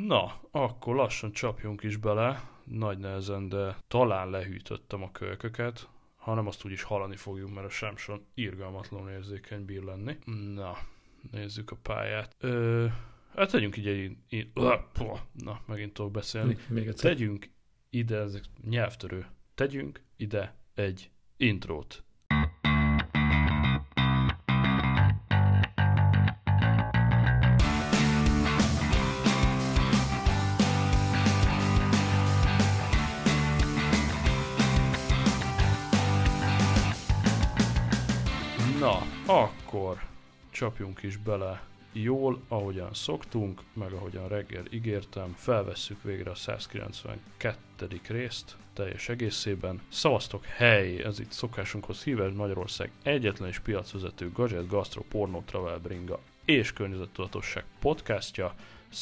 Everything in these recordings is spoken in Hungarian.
Na, akkor lassan csapjunk is bele, nagy nehezen, de talán lehűtöttem a kölyköket, hanem azt úgyis hallani fogjuk, mert a Samson irgalmatlanul érzékeny bír lenni. Na, nézzük a pályát. Hát tegyünk így egy... Na, megint tudok beszélni. Tegyünk ide, ezek nyelvtörő, tegyünk ide egy intrót. Na, akkor csapjunk is bele jól, ahogyan szoktunk, meg ahogyan reggel ígértem, felvesszük végre a 192. részt teljes egészében. Szavaztok, hely! Ez itt szokásunkhoz híves Magyarország egyetlen és piacvezető gadget, gastro, pornó, travel, bringa és környezettudatosság podcastja.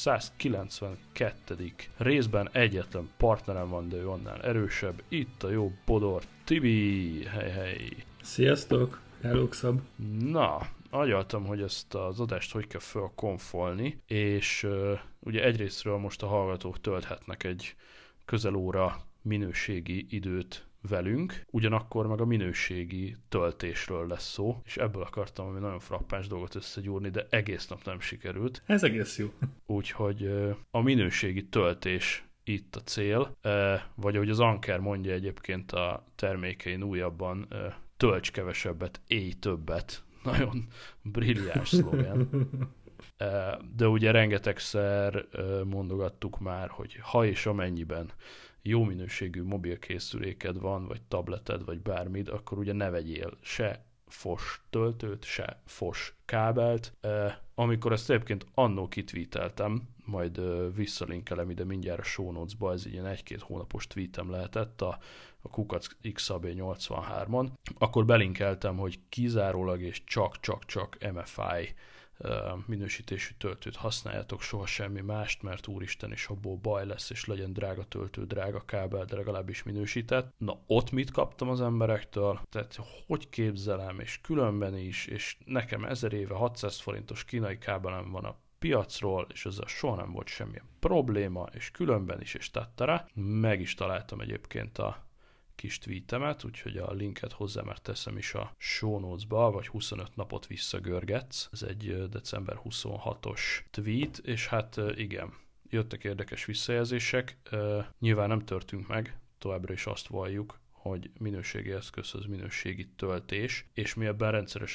192. részben egyetlen partnerem van, de ő annál erősebb. Itt a jó Bodor Tibi! Hely! Sziasztok! Hello, Xab! Na, agyaltam, hogy ezt az adást hogy kell felkonfolni, és ugye egyrésztről most a hallgatók tölthetnek egy közel óra minőségi időt velünk, ugyanakkor meg a minőségi töltésről lesz szó, és ebből akartam valami nagyon frappáns dolgot összegyúrni, de egész nap nem sikerült. Ez egész jó. Úgyhogy a minőségi töltés itt a cél, vagy ahogy az Anker mondja egyébként a termékein újabban, tölts kevesebbet, élj többet. Nagyon brilliáns szlogen. De ugye rengetegszer mondogattuk már, hogy ha és amennyiben jó minőségű mobilkészüléked van, vagy tableted, vagy bármid, akkor ugye ne vegyél se fos töltőt, se fos kábelt. Amikor ezt egyébként annó kitweeteltem, majd visszalinkelem ide mindjárt a show notes-ba, ez ilyen 1-2 hónapos tweetem lehetett a Kukac XAB83-on, akkor belinkeltem, hogy kizárólag és csak MFI minősítésű töltőt használjátok, soha semmi mást, mert úristen is abból baj lesz, és legyen drága töltő, drága kábel, de legalábbis minősített. Na, ott mit kaptam az emberektől? Tehát hogy képzelem, és különben is, és nekem 1000 éve 600 forintos kínai kábelem van a piacról, és ezzel soha nem volt semmilyen probléma, és különben is, és tattara. Meg is találtam egyébként a kis tweetemet, úgyhogy a linket hozzá már teszem is a show notes-ba, vagy 25 napot visszagörgetsz. Ez egy december 26-os tweet, és hát igen, jöttek érdekes visszajelzések. Nyilván nem törtünk meg, továbbra is azt valljuk, hogy minőségi eszközhöz minőségi töltés, és mi ebben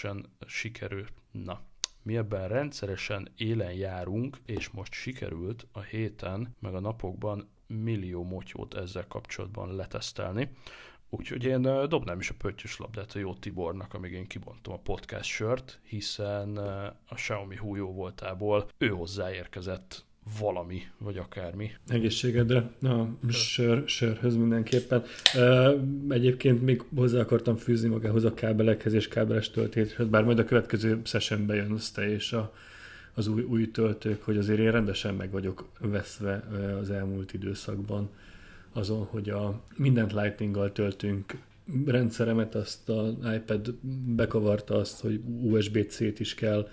rendszeresen élen járunk, és most sikerült a héten, meg a napokban millió motyót ezzel kapcsolatban letesztelni. Úgyhogy én dobnám is a pöttyös labdát a jó Tibornak, amíg én kibontom a podcast sört, hiszen a Xiaomi hújó voltából ő hozzáérkezett valami, vagy akármi. Egészségedre, sörhöz mindenképpen. Egyébként még hozzá akartam fűzni magához a kábelekhez és kábeles töltéshez, bár majd a következő sessionben jön te és az új töltők, hogy azért én rendesen meg vagyok veszve az elmúlt időszakban azon, hogy mindent Lightning-gal töltünk rendszeremet, azt az iPad bekavarta azt, hogy USB-C-t is kell.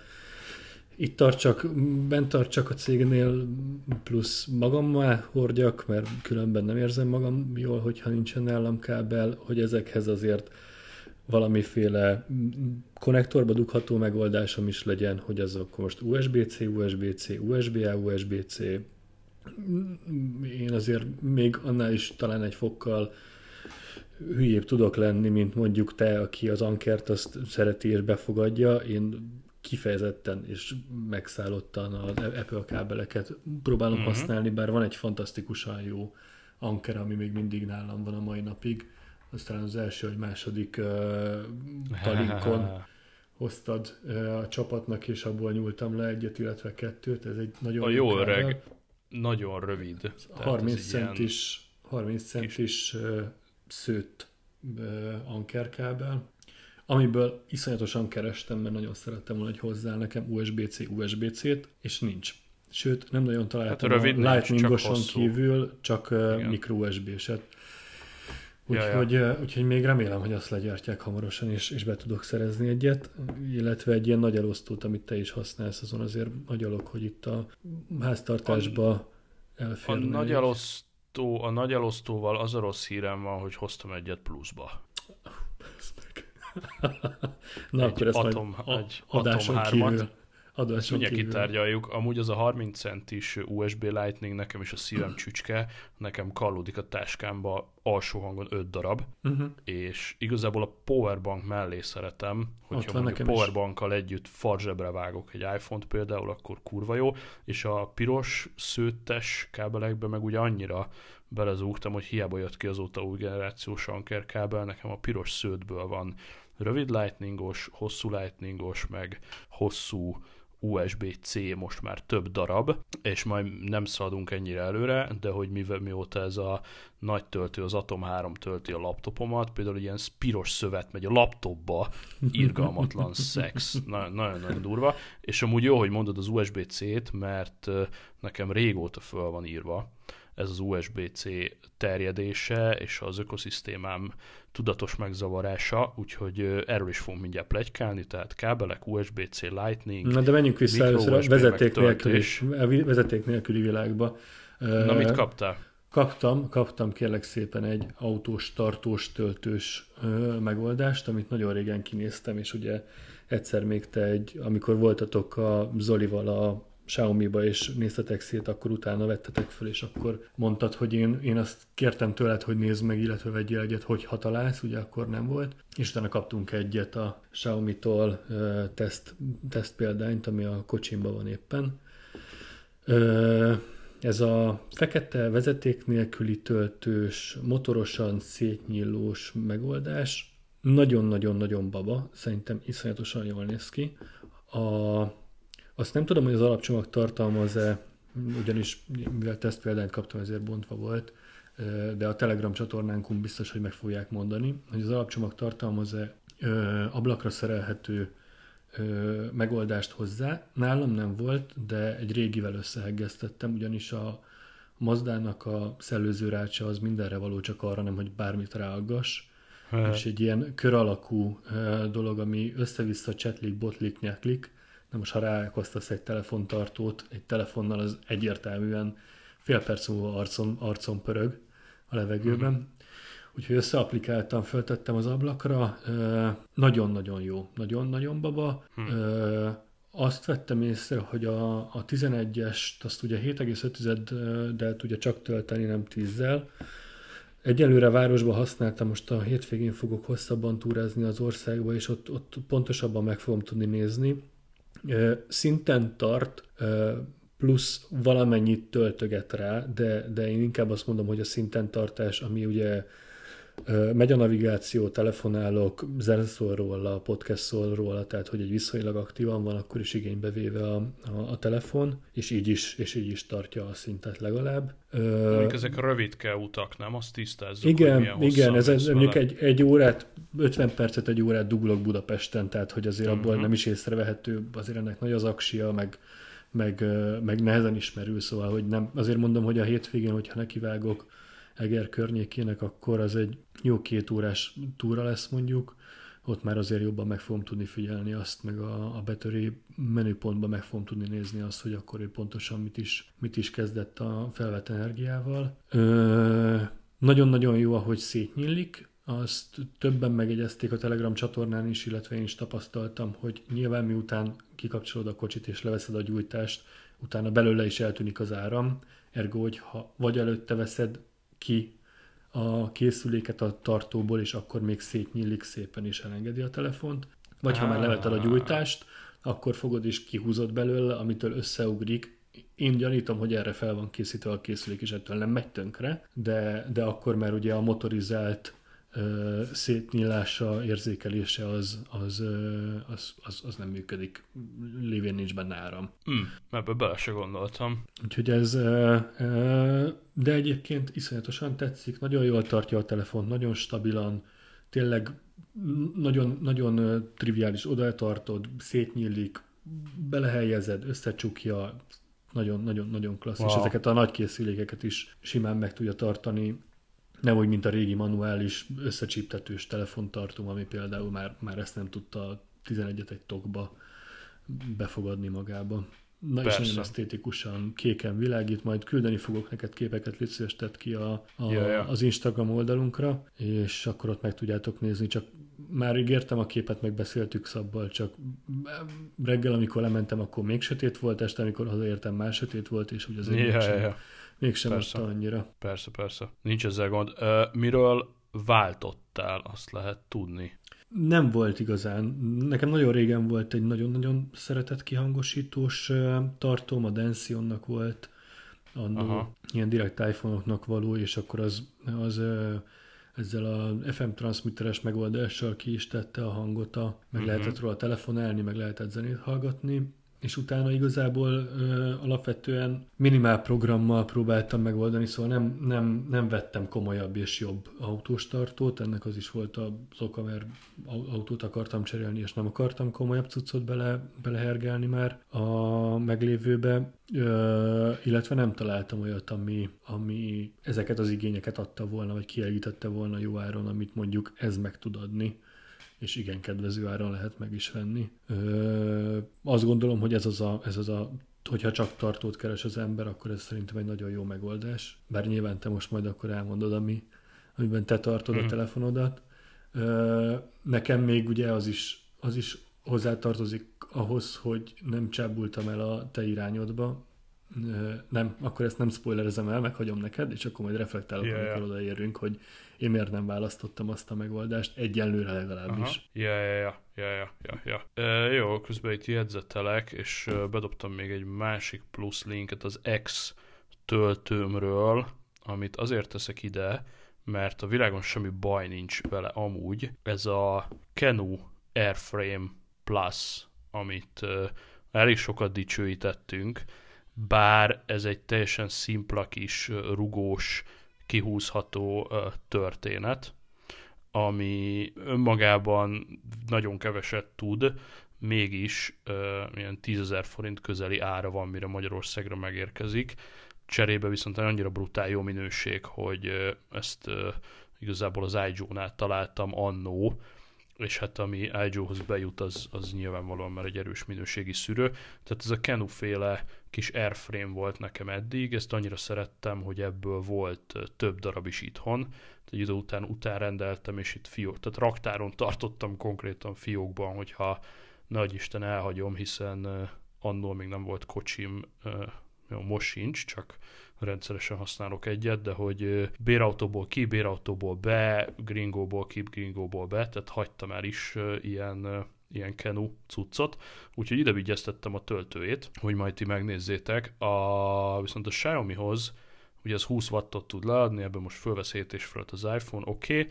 Bent tartsak a cégnél, plusz magammal hordjak, mert különben nem érzem magam jól, hogyha nincsen nálam kábel, hogy ezekhez azért valamiféle konnektorba dugható megoldásom is legyen, hogy az akkor most USB-C, USB-C, USB-A, USB-C. Én azért még annál is talán egy fokkal hülyébb tudok lenni, mint mondjuk te, aki az Ankert azt szereti és befogadja. Én kifejezetten és megszállottan az Apple kábeleket próbálom használni, bár van egy fantasztikusan jó Anker, ami még mindig nálam van a mai napig. Aztán az első vagy második talinkon hoztad a csapatnak, és abból nyúltam le egyet, illetve kettőt. Ez egy nagyon a jó öreg, nagyon rövid. 30 centis szőtt ankerkábel, amiből iszonyatosan kerestem, mert nagyon szerettem volna, hogy hozzá nekem USB-C-t, és nincs. Sőt, nem nagyon találtam a Lightning-oson kívül, csak micro USB-set. Úgyhogy még remélem, hogy azt legyártják hamarosan, és be tudok szerezni egyet, illetve egy ilyen nagy elosztót, amit te is használsz, azon azért agyalok, hogy itt a háztartásban elférne. A nagy elosztóval az a rossz hírem van, hogy hoztam egyet pluszba. Na akkor ezt majd adáson kívül. Ezt mindjárt kitárgyaljuk. Amúgy az a 30 centis USB Lightning nekem is a szívem csücske, nekem kallódik a táskámba alsó hangon 5 darab, és igazából a powerbank mellé szeretem, hogyha mondjuk powerbankkal együtt farzsebre vágok egy iPhone-t például, akkor kurva jó, és a piros szőttes kábelekbe meg ugye annyira belezúgtam, hogy hiába jött ki azóta új generációs Anker kábel, nekem a piros szőtből van rövid lightningos, hosszú lightningos, meg hosszú USB-C most már több darab, és majd nem szaladunk ennyire előre, de hogy mióta ez a nagy töltő, az Atom 3 tölti a laptopomat, például ilyen piros szövet megy a laptopba, irgalmatlan szex, nagyon-nagyon durva, és amúgy jó, hogy mondod az USB-C-t, mert nekem régóta föl van írva ez az USB-C terjedése, és az ökoszisztémám tudatos megzavarása, úgyhogy erről is fogunk mindjárt pletykálni, tehát kábelek, USB-C, Lightning. Na de menjünk vissza először a vezeték nélküli világba. Na mit kaptál? Kaptam kérlek szépen egy autós, tartós, töltős megoldást, amit nagyon régen kinéztem, és ugye egyszer még amikor voltatok a Zolival a Xiaomi-ba, és néztetek szét, akkor utána vettetek föl, és akkor mondtad, hogy én azt kértem tőled, hogy nézd meg, illetve vegyél egyet, hogy találsz, ugye akkor nem volt. És utána kaptunk egyet a Xiaomi-tól teszt példányt, ami a kocsimban van éppen. Ez a fekete vezeték nélküli töltős, motorosan szétnyílós megoldás nagyon-nagyon-nagyon baba, szerintem iszonyatosan jól néz ki. Azt nem tudom, hogy az alapcsomag tartalmaz-e, ugyanis mivel tesztpéldányt kaptam, ezért bontva volt, de a Telegram csatornánkon biztos, hogy meg fogják mondani, hogy az alapcsomag tartalmaz-e ablakra szerelhető megoldást hozzá. Nálam nem volt, de egy régivel összeheggeztettem, ugyanis a Mazdának a szellőzőrácsa az mindenre való, csak arra nem, hogy bármit ráaggass. És egy ilyen kör alakú dolog, ami össze-vissza csetlik, botlik, nyaklik. Na most, ha ráakasztasz egy telefontartót, egy telefonnal, az egyértelműen fél perc múlva arcon pörög a levegőben. Úgyhogy összeapplikáltam, föltettem az ablakra. Nagyon-nagyon jó, nagyon-nagyon baba. Azt vettem észre, hogy a 11-est, azt ugye 7,5-del tudja csak tölteni, nem 10-zel. Egyelőre városba használtam, most a hétvégén fogok hosszabban túrázni az országba, és ott pontosabban meg fogom tudni nézni. Szinten tart, plusz valamennyit töltöget rá, de én inkább azt mondom, hogy a szinten tartás, ami ugye megy a navigáció, telefonálok, zene szól róla, podcast szól róla, tehát hogy egy viszonylag aktívan van, akkor is igénybe véve a telefon, és így is tartja a szintet legalább. Mondjuk ezek a rövidke utak, nem? Azt tisztázzuk, igen, ez mondjuk egy órát, 50 percet, egy órát duglok Budapesten, tehát hogy azért abból nem is észrevehető, azért ennek nagy az aksia, meg nehezen ismerül, szóval hogy nem, azért mondom, hogy a hétvégén, hogyha nekivágok Eger környékének, akkor az egy jó 2 órás túra lesz mondjuk, ott már azért jobban meg fogom tudni figyelni azt, meg a betöri menüpontban meg fogom tudni nézni azt, hogy akkor ő pontosan mit is kezdett a felvett energiával. Nagyon-nagyon jó, ahogy szétnyílik, azt többen megjegyezték a Telegram csatornán is, illetve én is tapasztaltam, hogy nyilván miután kikapcsolod a kocsit és leveszed a gyújtást, utána belőle is eltűnik az áram, ergo, hogy ha vagy előtte veszed ki a készüléket a tartóból, és akkor még szétnyílik szépen, és elengedi a telefont. Vagy ha már leveted a gyújtást, akkor fogod és kihúzod belőle, amitől összeugrik. Én gyanítom, hogy erre fel van készítve a készülék, és ettől nem megy tönkre, de akkor már ugye a motorizált szétnyílása, érzékelése az nem működik, lévén nincs benne áram. Ebből bele se gondoltam. Úgyhogy ez, de egyébként iszonyatosan tetszik, nagyon jól tartja a telefont, nagyon stabilan, tényleg nagyon, nagyon triviális, oda tartod, szétnyílik, belehelyezed, összecsukja, nagyon klassz, és ezeket a nagy készülékeket is simán meg tudja tartani. Nem úgy, mint a régi manuális összecsíptetős telefontartóm, ami például már ezt nem tudta 11-et egy tokba befogadni magába. Na és nagyon esztétikusan kéken világít, majd küldeni fogok neked képeket, légy szíves, tedd ki az Instagram oldalunkra, és akkor ott meg tudjátok nézni, csak már ígértem a képet, megbeszéltük Szabbal, csak reggel, amikor lementem, akkor még sötét volt, este, amikor hazaértem, már sötét volt, és úgy azért mégsem adta annyira. Persze. Nincs ezzel gond. Miről váltottál, azt lehet tudni? Nem volt igazán. Nekem nagyon régen volt egy nagyon-nagyon szeretett kihangosítós tartóm, a Densionnak volt, ilyen direkt iPhone-oknak való, és akkor az ezzel a FM transmitteres megoldással ki is tette a hangot, meg lehetett róla telefonálni, meg lehetett zenét hallgatni, és utána igazából alapvetően minimál programmal próbáltam megoldani, szóval nem vettem komolyabb és jobb autóstartót, ennek az is volt az oka, mert autót akartam cserélni, és nem akartam komolyabb cuccot belehergelni már a meglévőbe, illetve nem találtam olyat, ami ezeket az igényeket adta volna, vagy kielégítette volna jó áron, amit mondjuk ez meg tud adni, és igen kedvező áron lehet meg is venni. Azt gondolom, hogy ez az a hogyha csak tartót keres az ember, akkor ez szerintem egy nagyon jó megoldás. Bár nyilván te most majd akkor elmondod, amiben te tartod a telefonodat. Nekem még ugye az is hozzátartozik ahhoz, hogy nem csábultam el a te irányodba. Nem, akkor ezt nem spoilerezem el, meghagyom neked, és akkor majd reflektálok, amikor odaérünk, hogy én miért nem választottam azt a megoldást, egyenlőre legalábbis. Jó, közben itt jegyzetelek, és bedobtam még egy másik plusz linket az X töltőmről, amit azért teszek ide, mert a világon semmi baj nincs vele amúgy. Ez a Qenu Airframe Plus, amit elég sokat dicsőítettünk, bár ez egy teljesen szimpla kis rugós, kihúzható történet, ami önmagában nagyon keveset tud, mégis ilyen 10 000 forint közeli ára van, mire Magyarországra megérkezik. Cserébe viszont annyira brutál jó minőség, hogy ezt igazából az iJoe-nál találtam annó, és hát ami iJoe-hoz bejut, az nyilvánvalóan már egy erős minőségi szűrő. Tehát ez a Qenu-féle kis airframe volt nekem eddig, ezt annyira szerettem, hogy ebből volt több darab is itthon. Egy idő után rendeltem, és itt tehát raktáron tartottam konkrétan fiókban, hogyha nagy Isten elhagyom, hiszen annól még nem volt kocsim, most sincs, csak rendszeresen használok egyet, de hogy bérautóból ki, bérautóból be, gringóból ki, gringóból be, tehát hagytam már is ilyen Qenu cuccot, úgyhogy ide vigyeztettem a töltőjét, hogy majd ti megnézzétek. Viszont a Xiaomihoz, ugye ez 20 wattot tud leadni, ebben most fölvesz 7,5 az iPhone, oké,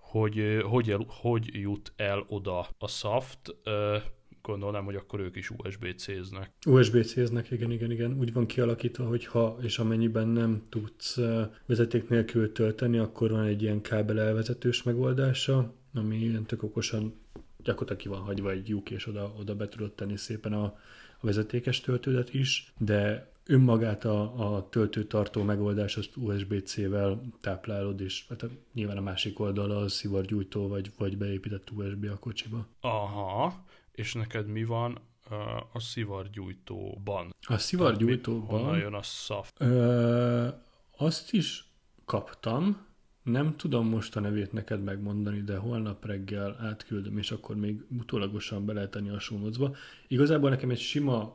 hogy jut el oda a SAFT, gondolnám, hogy akkor ők is USB-C-znek. USB-C-znek, igen. Úgy van kialakítva, hogy ha és amennyiben nem tudsz vezeték nélkül tölteni, akkor van egy ilyen kábel elvezetős megoldása, ami ilyen tök okosan gyakorlatilag ki van hagyva egy lyuk, és oda be tudod tenni szépen a vezetékes töltődet is, de önmagát a töltőtartó megoldás azt USB-C-vel táplálod, és hát nyilván a másik oldala a szivargyújtó, vagy beépített USB a kocsiba. Aha, és neked mi van a szivargyújtóban? A szivargyújtóban? Honnan jön a SAFT? Azt is kaptam, nem tudom most a nevét neked megmondani, de holnap reggel átküldöm, és akkor még utólagosan be lehet tenni a show notes-ba. Igazából nekem egy sima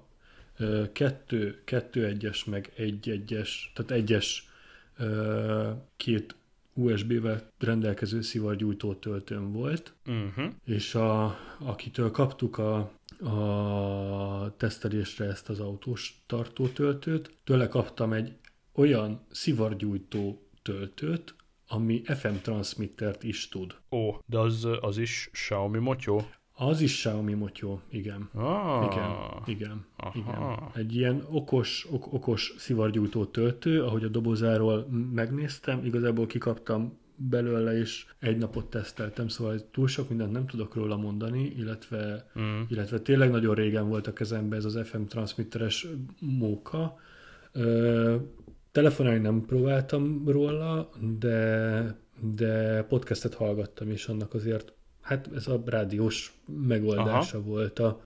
2.1-es meg 1.1-es, tehát 1-es két USB-vel rendelkező szivargyújtó töltőm volt, és akitől kaptuk a tesztelésre ezt az autós tartótöltőt, tőle kaptam egy olyan szivargyújtó töltőt, ami FM transmittert is tud. Ó, de az is Xiaomi motyó? Az is Xiaomi motyó, igen. Igen. Egy ilyen okos szivargyújtó töltő, ahogy a dobozáról megnéztem, igazából kikaptam belőle, és egy napot teszteltem, szóval túl sok mindent nem tudok róla mondani, illetve tényleg nagyon régen volt a kezemben ez az FM transmitteres móka. Telefonálni nem próbáltam róla, de podcastet hallgattam, és annak azért Hát ez a rádiós megoldása volt a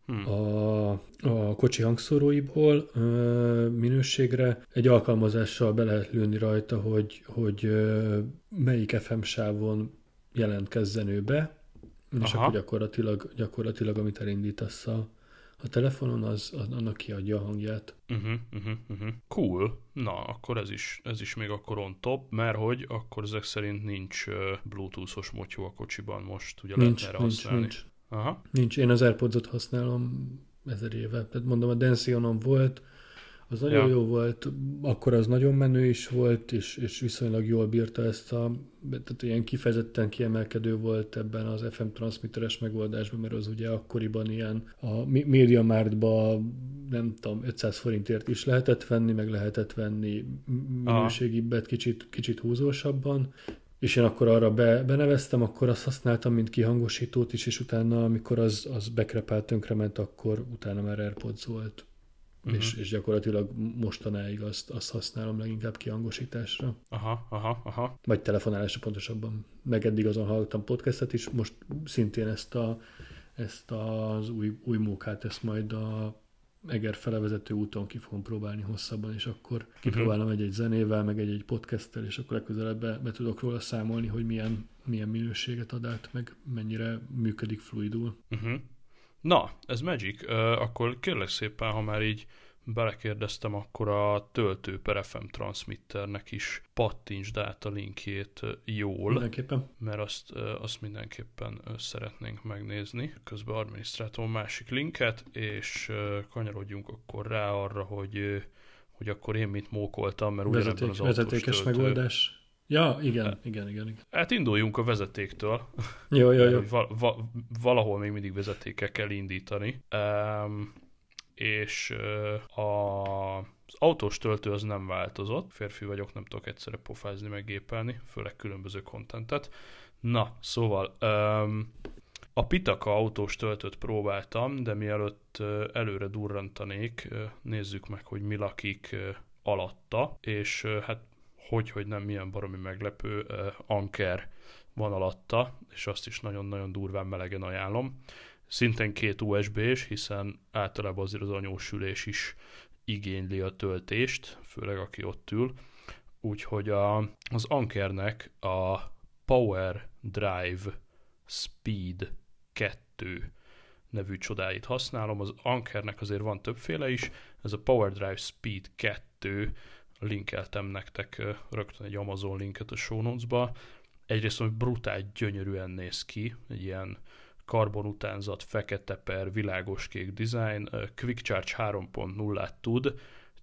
kocsi hangszóróiból minőségre. Egy alkalmazással be lehet lőni rajta, hogy melyik FM sávon jelentkezzen ő be, és akkor gyakorlatilag amit elindítasz a telefonon, az annak kiadja a hangját. Cool. Na, akkor ez is még akkor on top, mert hogy akkor ezek szerint nincs bluetooth-os motyó a kocsiban most, ugye lehetne erre használni. Nincs. Én az AirPods-ot használom 1000 éve. Tehát mondom, a Densionon volt, az nagyon jó volt, akkor az nagyon menő is volt, és viszonylag jól bírta tehát ilyen kifejezetten kiemelkedő volt ebben az FM transmitteres megoldásban, mert az ugye akkoriban ilyen a MediaMarktban nem tudom, 500 forintért is lehetett venni, meg lehetett venni minőségibbet, kicsit húzósabban, és én akkor arra beneveztem, akkor azt használtam, mint kihangosítót is, és utána, amikor az bekrepált, tönkrement, akkor utána már AirPods volt. És gyakorlatilag mostanáig azt használom leginkább kihangosításra. Vagy telefonálásra pontosabban. Meg eddig azon hallottam podcastet is, most szintén ezt az új mókát, ezt majd a Eger fele vezető úton ki fogom próbálni hosszabban, és akkor kipróbálom egy zenével, meg egy podcasttel, és akkor legközelebb be tudok róla számolni, hogy milyen minőséget ad át, meg mennyire működik fluidul. Na, ez Magic. Akkor kérlek szépen, ha már így belekérdeztem, akkor a töltő per FM transmitternek is pattintsd át a linkjét jól. Mindenképpen. Mert azt mindenképpen szeretnénk megnézni. Közben adminisztrátor másik linket, és kanyarodjunk akkor rá arra, hogy akkor én mit mókoltam, mert ugyanebben az autós vezetékes megoldás. Ja, igen. Hát induljunk a vezetéktől. Jó. Valahol még mindig vezetékkel kell indítani. És az autós töltő az nem változott. Férfi vagyok, nem tudok egyszerre pofázni, meg gépelni, főleg különböző kontentet. Na, szóval a Pitaka autós töltőt próbáltam, de mielőtt előre durrantanék, nézzük meg, hogy mi lakik alatta, és hát hogy nem, milyen baromi meglepő, Anker van alatta, és azt is nagyon-nagyon durván melegen ajánlom. Szintén 2 USB-s, hiszen általában azért az anyósülés is igényli a töltést, főleg aki ott ül. Úgyhogy az Ankernek a Power Drive Speed 2 nevű csodáit használom. Az Ankernek azért van többféle is, ez a Power Drive Speed 2, linkeltem nektek rögtön egy Amazon linket a show notes-ba. Egyrészt, hogy brutál gyönyörűen néz ki, egy ilyen karbonutánzat, fekete per, világoskék design, Quick Charge 3.0-át tud,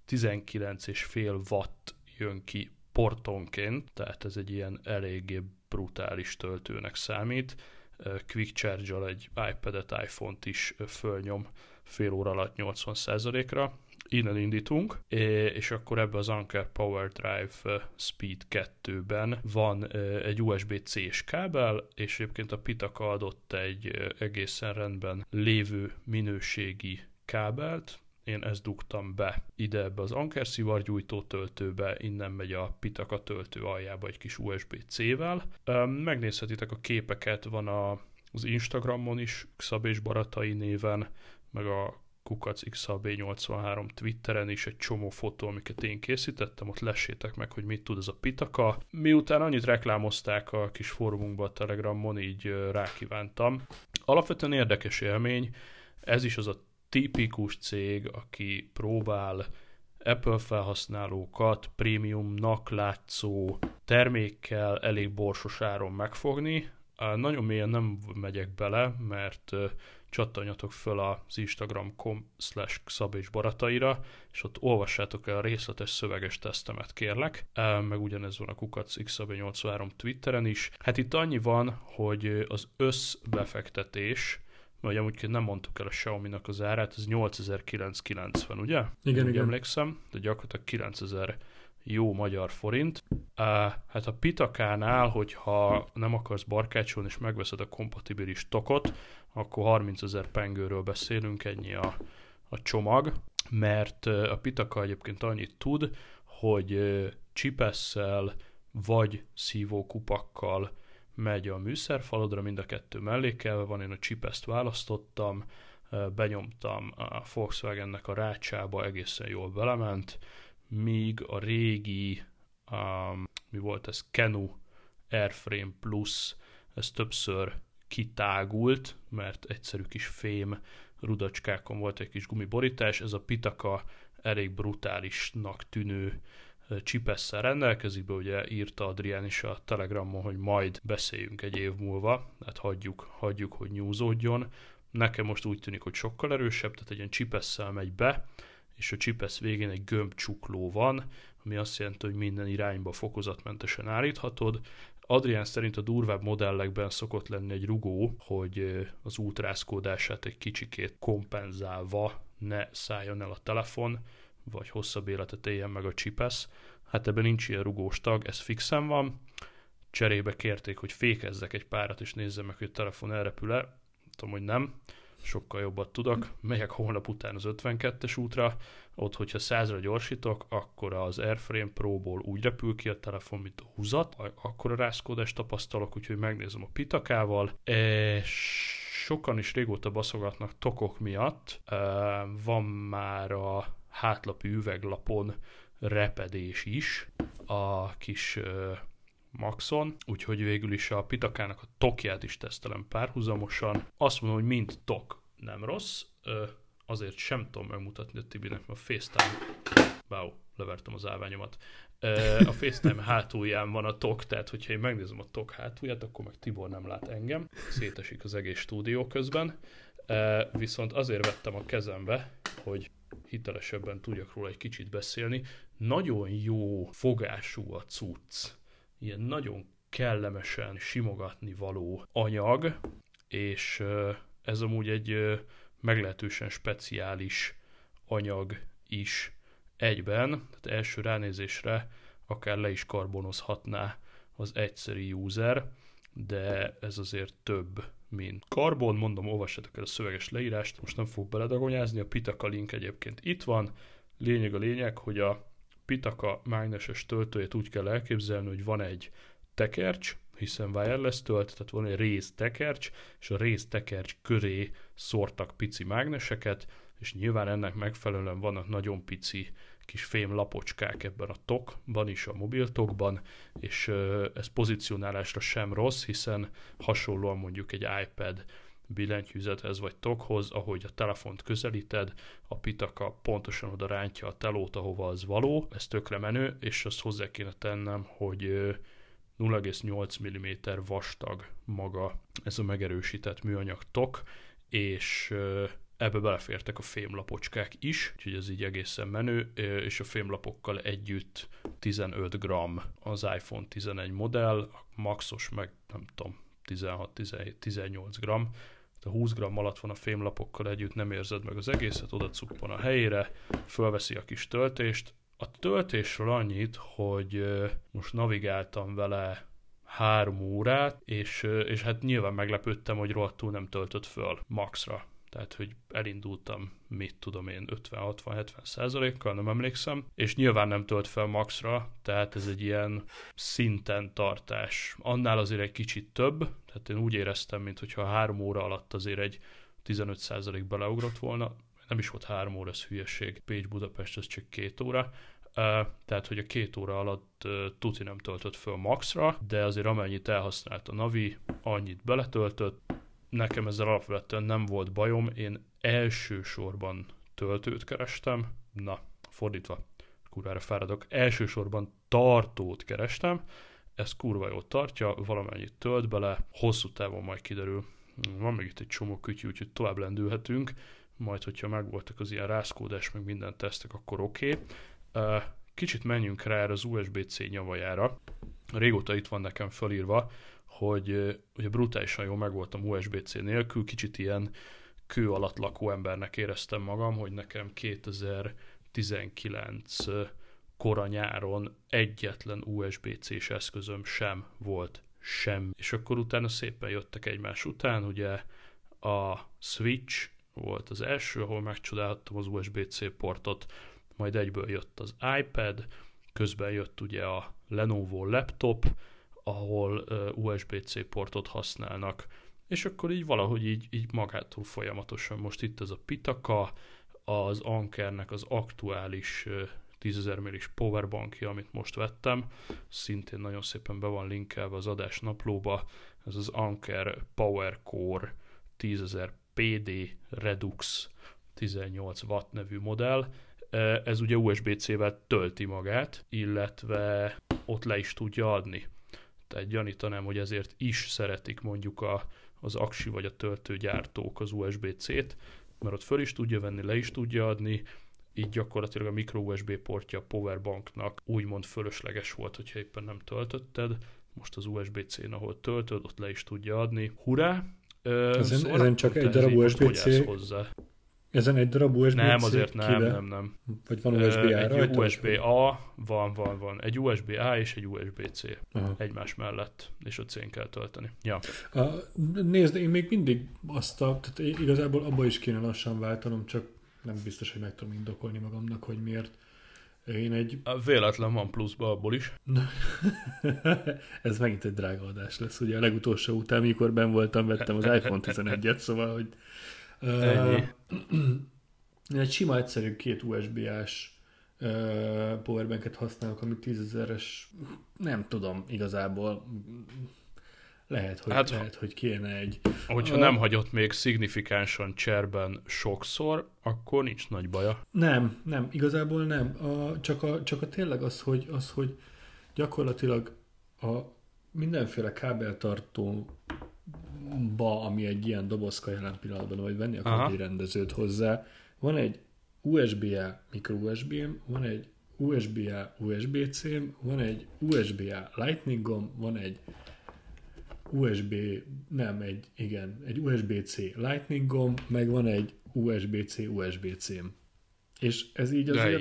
19,5 watt jön ki portonként, tehát ez egy ilyen eléggé brutális töltőnek számít. Quick Charge-al egy iPad-et, iPhone-t is fölnyom fél óra alatt 80%-ra. Innen indítunk, és akkor ebbe az Anker Power Drive Speed 2-ben van egy USB-C-s kábel, és egyébként a Pitaka adott egy egészen rendben lévő minőségi kábelt. Én ezt dugtam be ide ebbe az Anker szivargyújtó töltőbe, innen megy a Pitaka töltő aljába egy kis USB-C-vel. Megnézhetitek a képeket, van az Instagramon is, Szabés Baratai néven, meg a @xab83 Twitteren is egy csomó fotó, amiket én készítettem, ott lessétek meg, hogy mit tud ez a Pitaka. Miután annyit reklámozták a kis fórumunkban a Telegramon, így rákívántam. Alapvetően érdekes élmény, ez is az a tipikus cég, aki próbál Apple felhasználókat prémiumnak látszó termékkel elég borsos áron megfogni. Nagyon mélyen nem megyek bele, mert csattanjatok föl az instagram.com/szabésbarataira, és ott olvassátok el a részletes szöveges tesztemet, kérlek. Meg ugyanez van a @xab83 Twitteren is. Hát itt annyi van, hogy az összbefektetés, vagy amúgy nem mondtuk el a Xiaomi-nak az árát, ez 8990, ugye? Igen. Emlékszem, de gyakorlatilag 9000 jó magyar forint. Hát a Pitakánál, hogyha nem akarsz barkácsolni és megveszed a kompatibilis tokot, akkor 30 000 pengőről beszélünk, ennyi a csomag, mert a Pitaka egyébként annyit tud, hogy csipesszel vagy szívókupakkal megy a műszerfalodra, mind a kettő mellékelve van, én a chipest választottam, benyomtam a Volkswagennek a rácsába, egészen jól belement, míg a régi, mi volt ez, Kenu Airframe Plus, ez többször kitágult, mert egyszerű kis fém rudacskákon volt egy kis gumiborítás, ez a Pitaka elég brutálisnak tűnő chipesszel rendelkezik, be ugye írta Adrián is a Telegramon, hogy majd beszéljünk egy év múlva, tehát hagyjuk, hogy nyúzódjon. Nekem most úgy tűnik, hogy sokkal erősebb, tehát egy ilyen chipesszel megy be, és a chipess végén egy gömbcsukló van, ami azt jelenti, hogy minden irányba fokozatmentesen állíthatod. Adrián szerint a durvább modellekben szokott lenni egy rugó, hogy az útrázkódását egy kicsikét kompenzálva ne szálljon el a telefon, vagy hosszabb életet éljen meg a chipess. Hát ebben nincs ilyen rugós tag, ez fixen van. Cserébe kérték, hogy fékezzek egy párat, és nézzem meg, hogy a telefon elrepül-e. Tudom, hogy nem. Sokkal jobbat tudok. Megyek holnap után az 52-es útra. Ott, hogyha 100-ra gyorsítok, akkor az Airframe Pro-ból úgy repül ki a telefon, mint a húzat. Akkor a rázkódást tapasztalok, úgyhogy megnézem a Pitakával. Sokan is régóta baszogatnak tokok miatt. Van már a hátlapi üveglapon repedés is a kis Maxon, úgyhogy végül is a Pitakának a tokját is tesztelem párhuzamosan. Azt mondom, hogy mind tok nem rossz, azért sem tudom megmutatni a Tibinek, mert a FaceTime, levertem az állványomat, a FaceTime hátulján van a tok, tehát hogyha én megnézem a tok hátulját, akkor meg Tibor nem lát engem, szétesik az egész stúdió közben, viszont azért vettem a kezembe, hogy hitelesebben tudjak róla egy kicsit beszélni. Nagyon jó fogású a cucc, ilyen nagyon kellemesen simogatni való anyag, és ez amúgy egy meglehetősen speciális anyag is egyben, tehát első ránézésre akár le is karbonozhatná az egyszeri user, de ez azért több, mint karbon. Mondom, olvassatok el a szöveges leírást, most nem fogok beledagonyázni, a Pitaka link egyébként itt van. Lényeg a lényeg, hogy a Pitaka mágneses töltőjét úgy kell elképzelni, hogy van egy tekercs, hiszen wireless tölt, tehát van egy résztekercs, és a résztekercs köré szórtak pici mágneseket, és nyilván ennek megfelelően vannak nagyon pici kis fém lapocskák ebben a tokban is, a mobiltokban, és ez pozícionálásra sem rossz, hiszen hasonlóan mondjuk egy iPad billentyűzethez vagy tokhoz, ahogy a telefont közelíted, a Pitaka pontosan oda rántja a telót, ahova az való, ez tökre menő, és azt hozzá kéne tennem, hogy 0,8 mm vastag maga ez a megerősített műanyag tok, és ebbe belefértek a fémlapocskák is, úgyhogy ez így egészen menő, és a fémlapokkal együtt 15 g az iPhone 11 modell, a maxos meg nem tudom, 16-18 g. A 20 g alatt van a fémlapokkal együtt, nem érzed meg az egészet, oda cuppan a helyére, fölveszi a kis töltést. A töltésről annyit, hogy most navigáltam vele 3 órát, és hát nyilván meglepődtem, hogy rohadtul nem töltött föl maxra. Tehát, hogy elindultam, mit tudom én, 50-60-70%-kal, nem emlékszem, és nyilván nem tölt fel maxra, tehát ez egy ilyen szinten tartás. Annál azért egy kicsit több, tehát én úgy éreztem, mintha 3 óra alatt azért egy 15% beleugrott volna, nem is volt 3 óra, ez hülyeség, Pécs-Budapest, az csak 2 óra, tehát, hogy a 2 óra alatt tuti nem töltött föl maxra, de azért amennyit elhasznált a Navi, annyit beletöltött. Nekem ezzel alapvetően nem volt bajom, én elsősorban töltőt kerestem, fordítva, kurvára fáradok, elsősorban tartót kerestem, ez kurva jól tartja, valamennyit tölt bele, hosszú távon majd kiderül. Van még itt egy csomó kütyű, úgyhogy tovább lendülhetünk, majd hogyha megvoltak az ilyen rázkódás, meg minden tesztek, akkor oké. Kicsit menjünk rá erre az USB-C nyavajára. Régóta itt van nekem felírva, hogy brutálisan jól megvoltam USB-C nélkül, kicsit ilyen kő alatt lakó embernek éreztem magam, hogy nekem 2019 kora nyáron egyetlen USB-C-s eszközöm sem volt, sem. És akkor utána szépen jöttek egymás után, ugye a Switch volt az első, ahol megcsodálhattam az USB-C portot, majd egyből jött az iPad, közben jött ugye a Lenovo laptop, ahol USB-C portot használnak, és akkor így valahogy így magától folyamatosan most itt ez a Pitaka, az Ankernek az aktuális 10.000 millis powerbankja, amit most vettem, szintén nagyon szépen be van linkelve az adás naplóba, ez az Anker PowerCore 10.000 PD Redux 18 watt nevű modell. Ez ugye USB-C-vel tölti magát, illetve ott le is tudja adni. Tehát gyanítanám, hogy ezért is szeretik mondjuk az aksi vagy a töltőgyártók az USB-C-t, mert ott föl is tudja venni, le is tudja adni, így gyakorlatilag a micro USB portja a powerbanknak úgymond fölösleges volt, hogyha éppen nem töltötted. Most az USB-C-n, ahol töltöd, ott le is tudja adni. Hurrá! Ezen csak egy darab USB-C. Ezen egy darab USB-C? Nem, azért nem. Vagy van USB-A rajta? Egy USB-A, van. Egy USB-A és egy USB-C. Aha. Egymás mellett, és a C-n kell tölteni. Ja. Nézd, én még mindig tehát igazából abba is kéne lassan váltanom, csak nem biztos, hogy meg tudom indokolni magamnak, hogy miért. Véletlen van pluszba abból is. Ez megint egy drága adás lesz, ugye a legutolsó után, mikor benn voltam, vettem az iPhone 11-et, szóval, hogy egy sima, egyszerű 2 USB-ás powerbanket használok, ami 10.000-es, nem tudom igazából, lehet, hogy kéne egy. Hogyha nem hagyott még szignifikánsan cserben sokszor, akkor nincs nagy baja. Nem, igazából nem. Csak tényleg az, hogy gyakorlatilag a mindenféle kábeltartóba, ami egy ilyen dobozka jelen pillanatban, vagy venni akar egy rendezőt hozzá, van egy USB-A micro USB-m, van egy USB-A USB-C-m, van egy USB-A Lightning-om, van egy egy USB-C Lightning-om, meg van egy USB-C USB-C-m. És ez így azért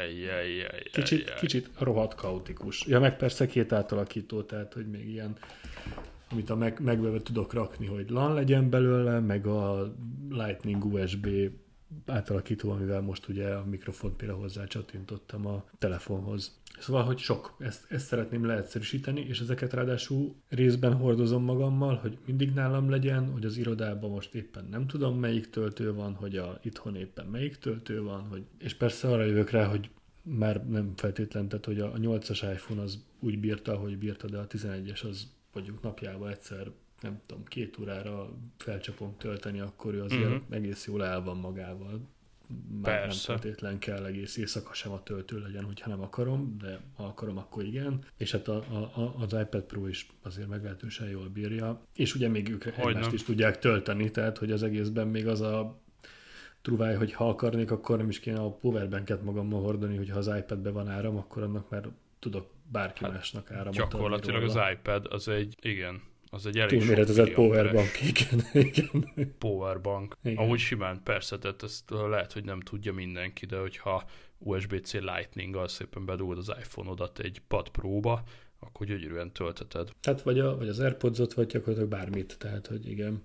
kicsit rohadt kaotikus. Ja, meg persze 2 átalakító, tehát hogy még ilyen, amit a megveve tudok rakni, hogy LAN legyen belőle, meg a Lightning USB átalakító, amivel most ugye a mikrofont például hozzá csatintottam a telefonhoz. Szóval, hogy sok. Ezt szeretném leegyszerűsíteni, és ezeket ráadásul részben hordozom magammal, hogy mindig nálam legyen, hogy az irodában most éppen nem tudom, melyik töltő van, hogy itthon éppen melyik töltő van, és persze arra jövök rá, hogy már nem feltétlen, tehát hogy a 8-as iPhone az úgy bírta, ahogy bírta, de a 11-es az mondjuk napjában egyszer, nem tudom, 2 órára felcsapom tölteni, akkor ő azért egész jól el van magával. Már nem feltétlen kell egész éjszaka sem a töltő legyen, hogyha nem akarom, de ha akarom, akkor igen. És hát az iPad Pro is azért meglehetősen jól bírja. És ugye még ők egymást is tudják tölteni, tehát hogy az egészben még az a truváj, hogy ha akarnék, akkor nem is kéne a powerbanket magammal hordani, hogyha az iPadben van áram, akkor annak már tudok bárki másnak áramot adni. Gyakorlatilag az iPad az egy elég túlméretezett powerbank, igen. Powerbank. Igen. Ahogy simán persze, tehát ezt lehet, hogy nem tudja mindenki, de hogyha USB-C Lightning-gal szépen bedugod az iPhone-odat egy Pad Pro-ba, akkor gyönyörűen tölteted. Tehát vagy az AirPods-ot, vagy gyakorlatilag bármit, tehát hogy igen.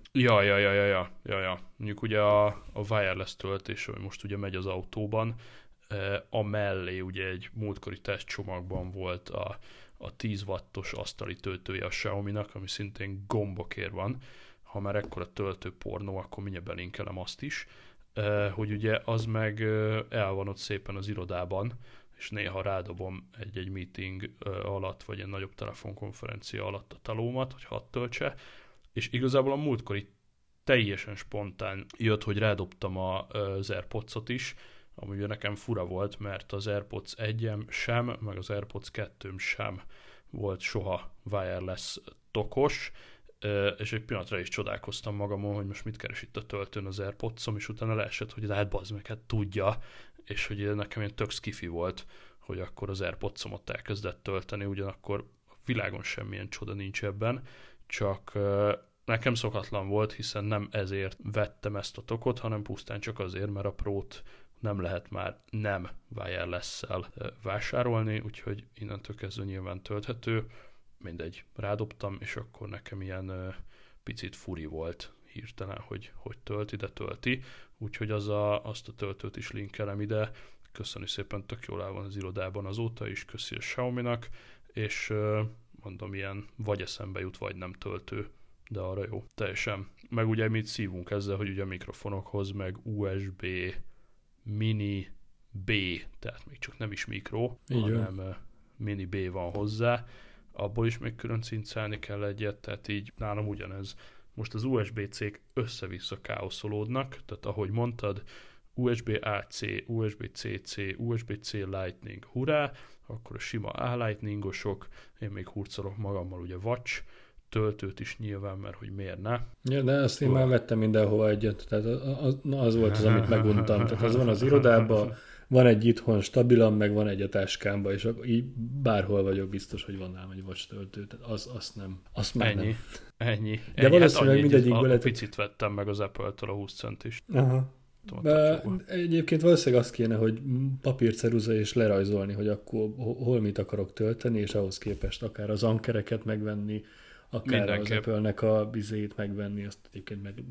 Ja. Mondjuk ugye a wireless töltés, ami most ugye megy az autóban, amellé ugye egy múltkori tesztcsomagban volt a 10 wattos asztali töltője a Xiaomi-nak, ami szintén gombokért van. Ha már ekkora töltőpornó, akkor mindjárt belinkelem azt is, hogy ugye az meg el van ott szépen az irodában, és néha rádobom egy meeting alatt, vagy egy nagyobb telefonkonferencia alatt a talómat, hogy hadd töltse, és igazából a múltkori teljesen spontán jött, hogy rádobtam az AirPods-ot is, ami ugye nekem fura volt, mert az AirPods 1-em sem, meg az AirPods 2-m sem volt soha wireless tokos, és egy pillanatra is csodálkoztam magamon, hogy most mit keres itt a töltőn az AirPods-om, és utána leesett, hogy hát bazd meg, hát tudja, és hogy nekem ilyen tök skifi volt, hogy akkor az AirPods-om ott elkezdett tölteni, ugyanakkor a világon semmilyen csoda nincs ebben, csak nekem szokatlan volt, hiszen nem ezért vettem ezt a tokot, hanem pusztán csak azért, mert a Pro-t nem lehet már nem wireless-szel vásárolni, úgyhogy innentől kezdve nyilván tölthető. Mindegy, rádobtam, és akkor nekem ilyen picit furi volt hirtelen, hogy tölti, de tölti. Úgyhogy azt a töltőt is linkelem ide. Köszönjük szépen, tök jól el van az irodában azóta is, köszi a Xiaomi-nak, és mondom, ilyen vagy eszembe jut, vagy nem töltő, de arra jó. Teljesen. Meg ugye mit szívunk ezzel, hogy ugye a mikrofonokhoz meg USB mini B, tehát még csak nem is mikro, hanem mini B van hozzá, abból is még külön cincálni kell egyet, tehát így nálam ugyanez. Most az USB-C-k össze-vissza káoszolódnak, tehát ahogy mondtad, USB-AC, USB-CC, USB-C Lightning, hurrá, akkor a sima A-Lightningosok, én még hurcolok magammal ugye Watch, töltőt is nyilván, mert hogy miért ne. Ja, de azt én már vettem mindenhova egyet, tehát az volt az, amit meguntam. Tehát az van az irodában, van egy itthon stabilan, meg van egy a táskámba, és így bárhol vagyok biztos, hogy van nálam egy Watch töltő, tehát azt nem. Azt már ennyi, nem. Ennyi. De valószínűleg mindegyikből lehet... Picit vettem meg az Apple-től a 20 centist. Aha. Egyébként valószínűleg azt kéne, hogy papírceruza és lerajzolni, hogy akkor hol mit akarok tölteni, és ahhoz képest akár az ankereket megvenni, akár mindenképp az Apple-nek a bizét megvenni, azt egyébként meg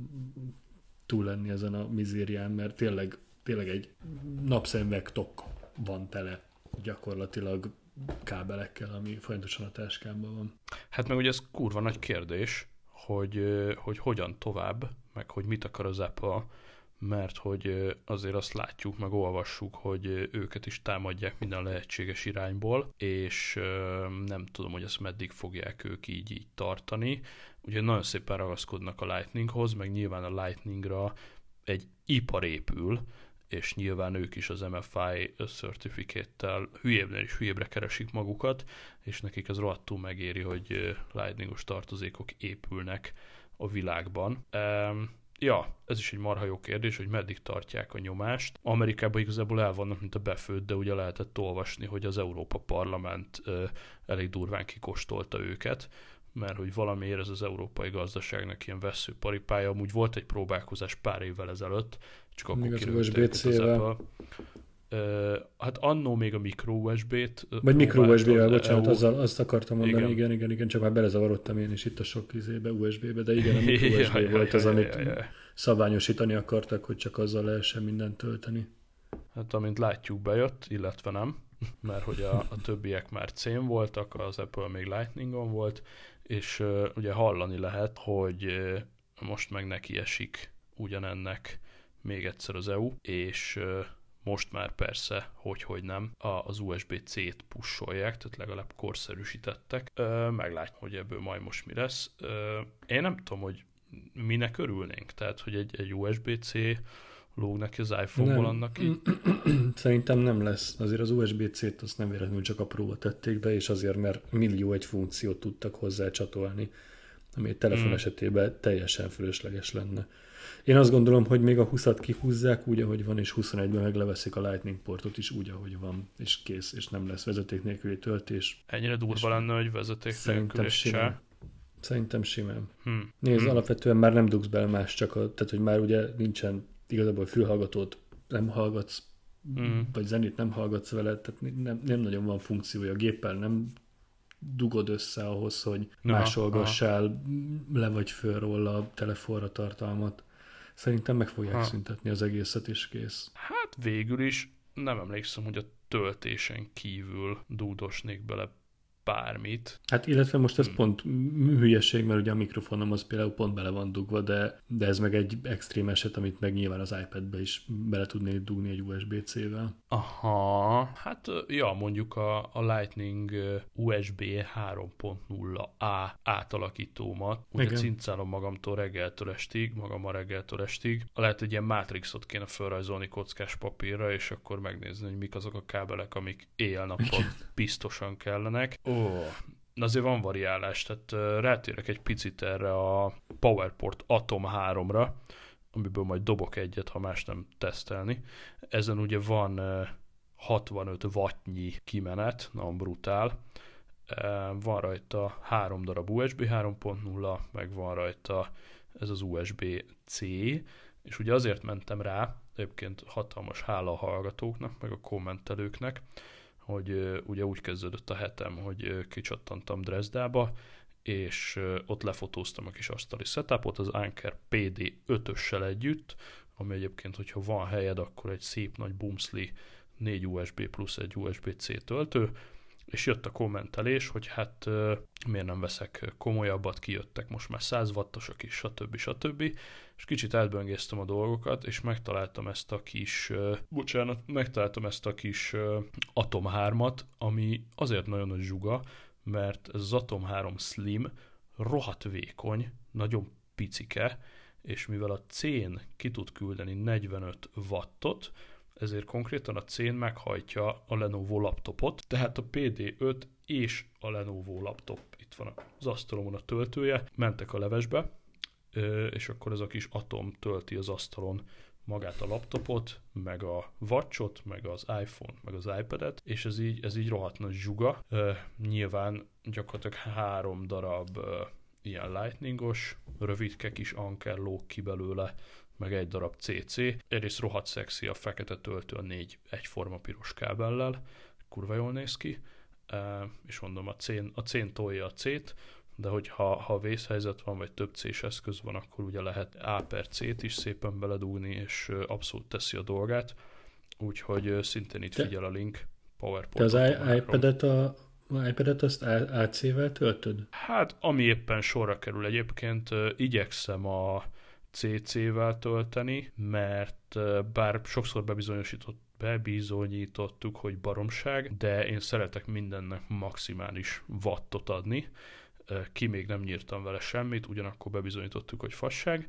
túl lenni ezen a mizérián, mert tényleg egy napszemüvegtok van tele gyakorlatilag kábelekkel, ami folyamatosan a táskámban van. Hát meg ugye ez kurva nagy kérdés, hogy hogyan tovább, meg hogy mit akar az Apple, mert hogy azért azt látjuk, meg olvassuk, hogy őket is támadják minden lehetséges irányból, és nem tudom, hogy ezt meddig fogják ők így tartani. Ugye nagyon szépen ragaszkodnak a Lightninghoz, meg nyilván a Lightningra egy ipar épül, és nyilván ők is az MFI certificate-tel hülyébbnél és hülyébbre keresik magukat, és nekik ez rohadtul megéri, hogy Lightningos tartozékok épülnek a világban. Ja, ez is egy marha jó kérdés, hogy meddig tartják a nyomást. Amerikában igazából el vannak, mint a befőtt, de ugye lehetett olvasni, hogy az Európa Parlament elég durván kikóstolta őket, mert hogy valamiért ez az európai gazdaságnak ilyen vesszőparipája. Amúgy volt egy próbálkozás pár évvel ezelőtt, csak akkor kirőtték az Apple. Hát annó még a micro USB-t. Vagy micro USB-vel, bocsánat, azt akartam mondani, igen, csak már belezavarodtam én is itt a sok USB-be, de igen, a micro USB volt az, amit szabványosítani akartak, hogy csak azzal lehessen mindent tölteni. Hát amint látjuk bejött, illetve nem, mert hogy a többiek már C-n voltak, az Apple még Lightningon volt, és ugye hallani lehet, hogy most meg neki esik ugyanennek még egyszer az EU, és most már persze, hogy nem, az USB-C-t pusolják, tehát legalább korszerűsítettek. Meglátjuk, hogy ebből majd most mi lesz. Én nem tudom, hogy minek örülnénk, tehát, hogy egy USB-C lóg neki az iPhone-ból annak így. Szerintem nem lesz. Azért az USB-C-t azt nem véletlenül csak apróba tették be, és azért, mert millió egy funkciót tudtak hozzá csatolni, ami egy telefon esetében teljesen fölösleges lenne. Én azt gondolom, hogy még a 20-at kihúzzák úgy, ahogy van, és 21-ben megleveszik a Lightning portot is úgy, ahogy van, és kész, és nem lesz vezeték nélküli töltés. Ennyire durva lenne, hogy vezeték nélküli se. Szerintem simán. Nézd, alapvetően már nem dugsz bele más, tehát hogy már ugye nincsen igazából fülhallgatót, nem hallgatsz, vagy zenét nem hallgatsz vele, tehát nem nagyon van funkciója. A géppel nem dugod össze ahhoz, hogy másolgassál le vagy föl róla a telefonra tartalmat. Szerintem meg fogják szüntetni az egészet, és kész. Hát végül is nem emlékszem, hogy a töltésen kívül dúdosnék bele bármit. Hát illetve most ez pont hülyeség, mert ugye a mikrofonom az például pont bele van dugva, de ez meg egy extrém eset, amit meg nyilván az iPad-be is bele tudnék dugni egy USB-C-vel. Aha, hát ja, mondjuk a Lightning USB 3.0A átalakítómat, ugye cincálom magamtól reggeltől estig, lehet, hogy ilyen Matrixot kéne felrajzolni kockás papírra, és akkor megnézni, hogy mik azok a kábelek, amik éjjel-nappal biztosan kellenek. Azért van variálás, tehát rátérek egy picit erre a PowerPort Atom 3-ra, amiből majd dobok egyet, ha más nem tesztelni. Ezen ugye van 65 wattnyi kimenet, nagyon brutál. Van rajta 3 darab USB 3.0, meg van rajta ez az USB-C, és ugye azért mentem rá, egyébként hatalmas hála a hallgatóknak, meg a kommentelőknek, hogy ugye úgy kezdődött a hetem, hogy kicsattantam Dresdába, és ott lefotóztam a kis asztali setupot az Anker PD 5-össel együtt, ami egyébként, hogyha van helyed, akkor egy szép nagy bumszli 4 USB plusz egy USB-C töltő, és jött a kommentelés, hogy hát miért nem veszek komolyabbat, kijöttek most már 100 wattosok is, stb. És kicsit átböngésztem a dolgokat, és megtaláltam ezt a kis, Atom 3-at, ami azért nagyon nagy zsuga, mert ez az Atom 3 Slim rohadt vékony, nagyon picike, és mivel a cén ki tud küldeni 45 wattot, ezért konkrétan a cén meghajtja a Lenovo laptopot, tehát a PD5 és a Lenovo laptop, itt van az asztalomon a töltője, mentek a levesbe, és akkor ez a kis Atom tölti az asztalon magát a laptopot, meg a watchot, meg az iPhone, meg az iPad-et, és ez így rohadt nagy zsuga. Nyilván gyakorlatilag 3 darab ilyen lightningos, rövidke kis anker lóg ki belőle, meg 1 darab CC. Egyrészt rohadt szexi a fekete töltő a 4 egyforma piros kábellel, kurva jól néz ki, és mondom, a cén tolja a C-t, de hogyha vészhelyzet van, vagy több C-s eszköz van, akkor ugye lehet A per C-t is szépen beledugni, és abszolút teszi a dolgát. Úgyhogy szintén itt figyel a link, PowerPoint. Te az iPad-et azt AC-vel töltöd? Hát, ami éppen sorra kerül. Egyébként igyekszem a CC-vel tölteni, mert bár sokszor bebizonyítottuk, hogy baromság, de én szeretek mindennek maximális wattot adni. Ki még nem nyírtam vele semmit, ugyanakkor bebizonyítottuk, hogy fasság.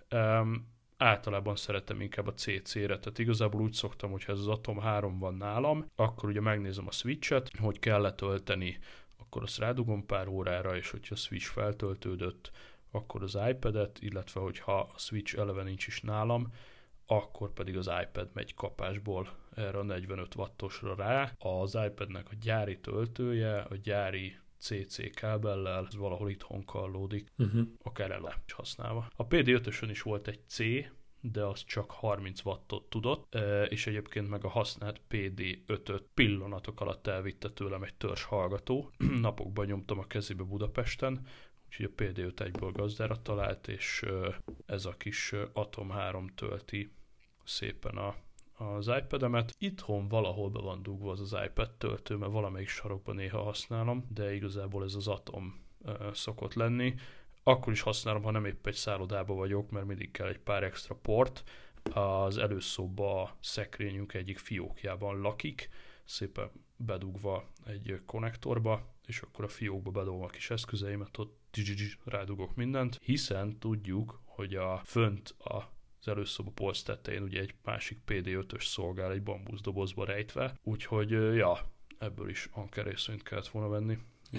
Általában szeretem inkább a CC-re, tehát igazából úgy szoktam, hogyha ez az Atom 3 van nálam, akkor ugye megnézem a switchet, hogy kell letölteni, akkor azt rádugom pár órára, és hogyha a switch feltöltődött, akkor az iPad-et, illetve hogyha a switch eleve nincs is nálam, akkor pedig az iPad megy kapásból erre a 45 wattosra rá. Az iPadnek a gyári töltője, a gyári CC kábellel, ez valahol itthon kallódik, akár ele is használva. A PD5-ösön is volt egy C, de az csak 30 wattot tudott, és egyébként meg a használt PD5-öt pillanatok alatt elvitte tőlem egy törzs hallgató. Napokban nyomtam a kezébe Budapesten, úgyhogy a PD5 egyből gazdára talált, és ez a kis Atom 3 tölti szépen az iPad-emet. Itthon valahol be van dugva az iPad töltő, mert valamelyik sarokban néha használom, de igazából ez az Atom szokott lenni. Akkor is használom, ha nem épp egy szállodába vagyok, mert mindig kell egy pár extra port. Az előszóba a szekrényünk egyik fiókjában lakik, szépen bedugva egy konnektorba, és akkor a fiókba bedobom a kis eszközeimet, ott rádugok mindent, hiszen tudjuk, hogy fönt az előszoba polc tetején ugye egy másik PD5-ös szolgál egy bambuszdobozba rejtve, úgyhogy ebből is anker részvényt kellett volna venni.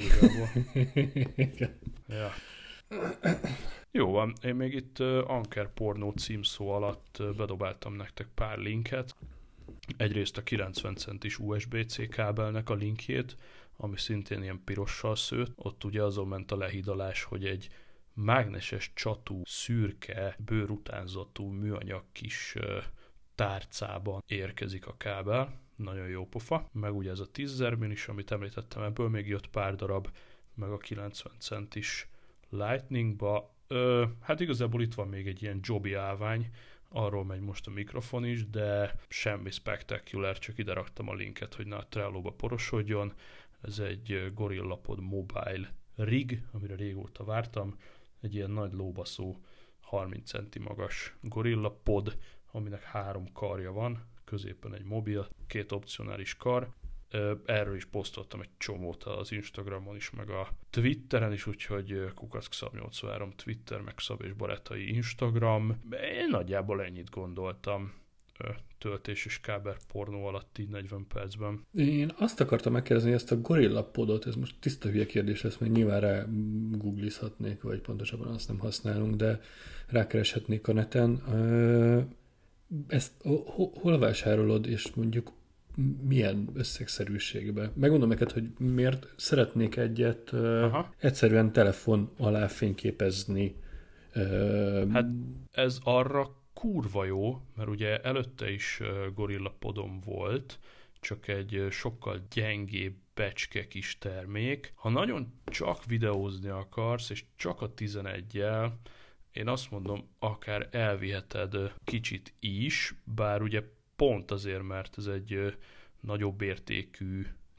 Ja. Jó van, én még itt Anker Pornó címszó alatt bedobáltam nektek pár linket. Egyrészt a 90 centis USB-C kábelnek a linkjét, ami szintén ilyen pirossal szőtt. Ott ugye azon ment a lehidalás, hogy egy mágneses csatú, szürke, bőrutánzatú műanyag kis tárcában érkezik a kábel. Nagyon jó pofa. Meg ugye ez a 10.000 millis, amit említettem, ebből még jött pár darab, meg a 90 centis Lightningba. Hát igazából itt van még egy ilyen Joby állvány, arról megy most a mikrofon is, de semmi spectacular, csak ide raktam a linket, hogy ne a Trello-ba porosodjon. Ez egy GorillaPod Mobile rig, amire régóta vártam. Egy ilyen nagy lóbaszó, 30 centi magas GorillaPod, aminek 3 karja van, középen egy mobil, 2 opcionális kar. Erről is posztoltam egy csomót az Instagramon is, meg a Twitteren is, úgyhogy kukack83 Twitter, meg Szab és Barátai Instagram. Én nagyjából ennyit gondoltam töltés és kábel pornó alatt így 40 percben. Én azt akartam megkérdezni, hogy ezt a GorillaPodot, ez most tiszta hülye kérdés lesz, mert nyilván rá googlizhatnék, vagy pontosabban azt nem használunk, de rákereshetnék a neten. Ezt hol vásárolod, és mondjuk milyen összegszerűségben? Megmondom neked, hogy miért szeretnék egyet egyszerűen telefon alá fényképezni. Hát ez arra kurva jó, mert ugye előtte is GorillaPodom volt, csak egy sokkal gyengébb becske kis termék. Ha nagyon csak videózni akarsz, és csak a 11-jel, én azt mondom, akár elviheted kicsit is, bár ugye pont azért, mert ez egy nagyobb értékű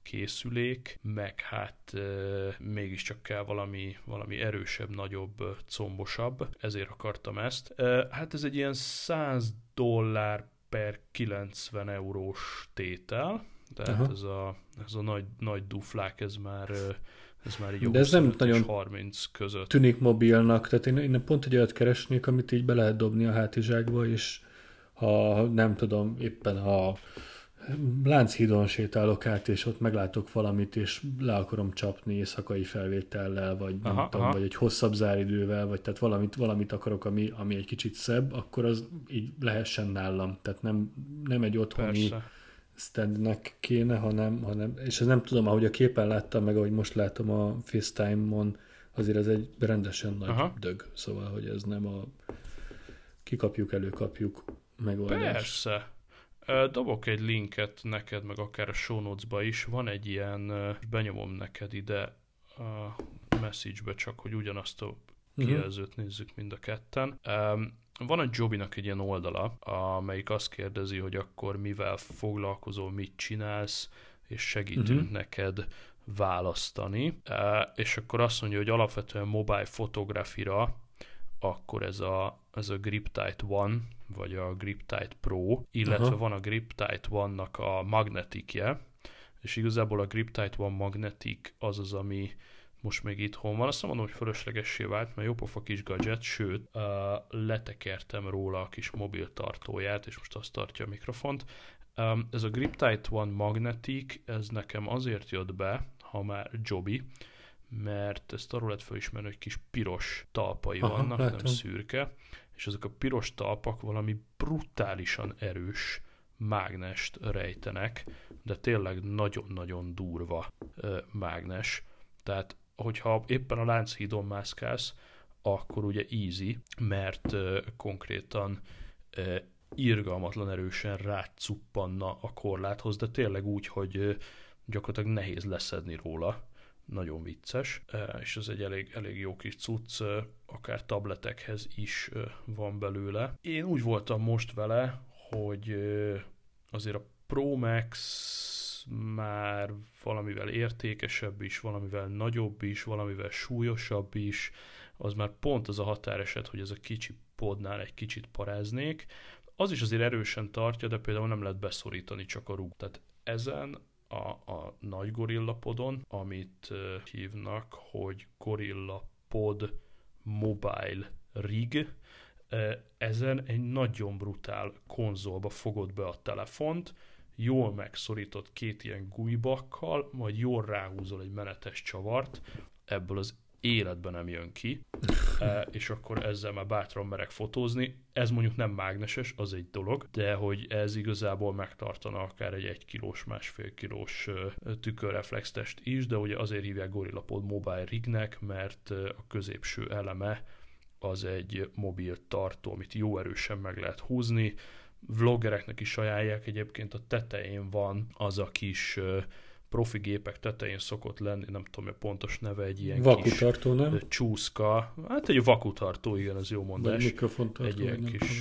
készülék, meg hát mégiscsak kell valami erősebb, nagyobb, combosabb, ezért akartam ezt. Hát ez egy ilyen $100 per 90 eurós tétel, tehát ez a nagy duflák, ez már így de ez nem nagyon 30 között. Tűnik mobilnak, tehát én pont egy olyat keresnék, amit így be lehet dobni a hátizsákba, és ha nem tudom, éppen ha Lánchídon sétálok át, és ott meglátok valamit, és le akarom csapni éjszakai felvétellel, vagy nem tudom, vagy egy hosszabb záridővel, vagy tehát valamit akarok, ami egy kicsit szebb, akkor az így lehessen nálam. Tehát nem egy otthoni standnek kéne, hanem és ez nem tudom, ahogy a képen láttam, meg ahogy most látom a FaceTime-on, azért ez egy rendesen nagy dög. Szóval, hogy ez nem a kikapjuk, előkapjuk megoldás. Persze. Dobok egy linket neked, meg akár a show notes-ba is. Van egy ilyen, benyomom neked ide a message-be, csak hogy ugyanazt a kijelzőt nézzük mind a ketten. Van a Jobinak egy ilyen oldala, amelyik azt kérdezi, hogy akkor mivel foglalkozol, mit csinálsz, és segítünk neked választani. És akkor azt mondja, hogy alapvetően mobile fotografira akkor ez a GripTight One, vagy a GripTight Pro, illetve van a GripTight One-nak a magnetikje, és igazából a GripTight One Magnetic az, ami most még itthon van. Azt nem mondom, hogy fölöslegessé vált, mert jópofa kis gadget, sőt, letekertem róla a kis mobil tartóját, és most azt tartja a mikrofont. Ez a GripTight One Magnetic, ez nekem azért jött be, ha már Joby, mert ezt arról lehet felismerni, hogy kis piros talpai vannak, látom. Nem szürke, és ezek a piros talpak valami brutálisan erős mágnest rejtenek, de tényleg nagyon-nagyon durva mágnes. Tehát, hogyha éppen a Lánchídon mászkálsz, akkor ugye easy, mert konkrétan irgalmatlan erősen rátcuppanna a korláthoz, de tényleg úgy, hogy gyakorlatilag nehéz leszedni róla. Nagyon vicces, és ez egy elég jó kis cucc, akár tabletekhez is van belőle. Én úgy voltam most vele, hogy azért a Pro Max már valamivel értékesebb is, valamivel nagyobb is, valamivel súlyosabb is, az már pont az a határeset, hogy ez a kicsi podnál egy kicsit paráznék. Az is azért erősen tartja, de például nem lehet beszorítani csak a rúg. Tehát ezen a nagy Gorilla Podon, amit hívnak, hogy Gorilla Pod Mobile Rig, ezen egy nagyon brutál konzolba fogod be a telefont, jól megszorított két ilyen gújbakkal, majd jól ráhúzol egy menetes csavart, ebből az életben nem jön ki, és akkor ezzel már bátran merek fotózni. Ez mondjuk nem mágneses, az egy dolog, de hogy ez igazából megtartana akár egy 1 kilós, 1,5 kilós tükörreflextest is, de ugye azért hívják Gorilla Pod Mobile Rignek, mert a középső eleme az egy mobil tartó, amit jó erősen meg lehet húzni. Vloggereknek is ajánlják, egyébként a tetején van az a kis profi gépek tetején szokott lenni, nem tudom, a pontos neve, egy ilyen vakutartó, kis nem? Csúszka. Hát egy vakutartó, igen, ez jó mondás. Vagy mikrofontartó. Egy ilyen kis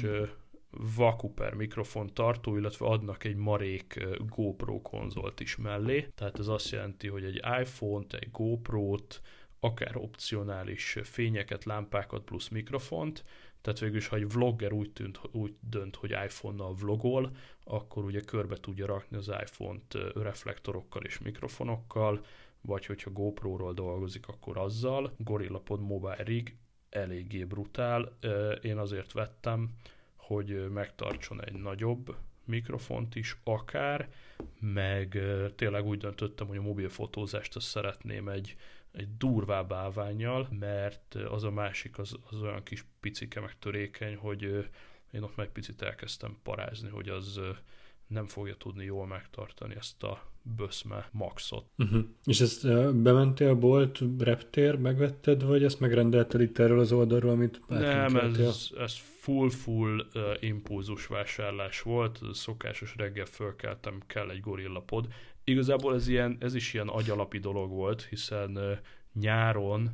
vaku per mikrofontartó, illetve adnak egy marék GoPro konzolt is mellé. Tehát ez azt jelenti, hogy egy iPhone-t, egy GoPro-t, akár opcionális fényeket, lámpákat plusz mikrofont, tehát végülis, ha egy vlogger úgy dönt, hogy iPhone-nal vlogol, akkor ugye körbe tudja rakni az iPhone-t reflektorokkal és mikrofonokkal, vagy hogyha GoPro-ról dolgozik, akkor azzal. Gorilla Pod Mobile Rig eléggé brutál. Én azért vettem, hogy megtartson egy nagyobb mikrofont is akár, meg tényleg úgy döntöttem, hogy a mobil fotózást azt szeretném egy durvább állvánnyal, mert az a másik az olyan kis picike, meg törékeny, hogy én ott meg picit elkezdtem parázni, hogy az nem fogja tudni jól megtartani ezt a böszme maxot. És ezt bementél a bolt, reptér, megvetted, vagy ezt megrendelted itt erről az oldalról, amit nem, ez full impulzus vásárlás volt, szokásos reggel fölkeltem, kell egy Gorilla Pod. Igazából ez is ilyen agyalapi dolog volt, hiszen nyáron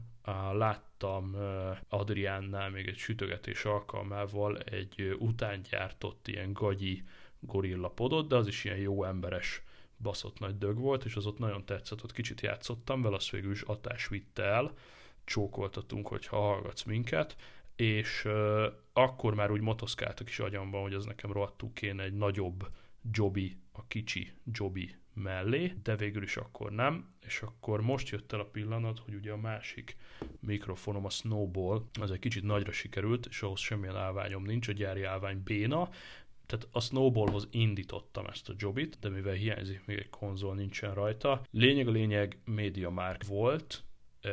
láttam Adriánnál még egy sütögetés alkalmával egy utángyártott ilyen gagyi Gorilla Podot, de az is ilyen jó emberes baszott nagy dög volt, és az ott nagyon tetszett, ott kicsit játszottam vele, azt végül is Atás vitte el, csókoltatunk, hogyha hallgatsz minket, és akkor már úgy motoszkáltak is agyamban, hogy az nekem rohadtul kéne egy nagyobb Joby, a kicsi Joby mellé, de végül is akkor nem, és akkor most jött el a pillanat, hogy ugye a másik mikrofonom, a Snowball, az egy kicsit nagyra sikerült, és ahhoz semmilyen állványom nincs, a gyári állvány béna, tehát a Snowballhoz indítottam ezt a Jobit, de mivel hiányzik még egy konzol, nincsen rajta. Lényeg MediaMarkt volt,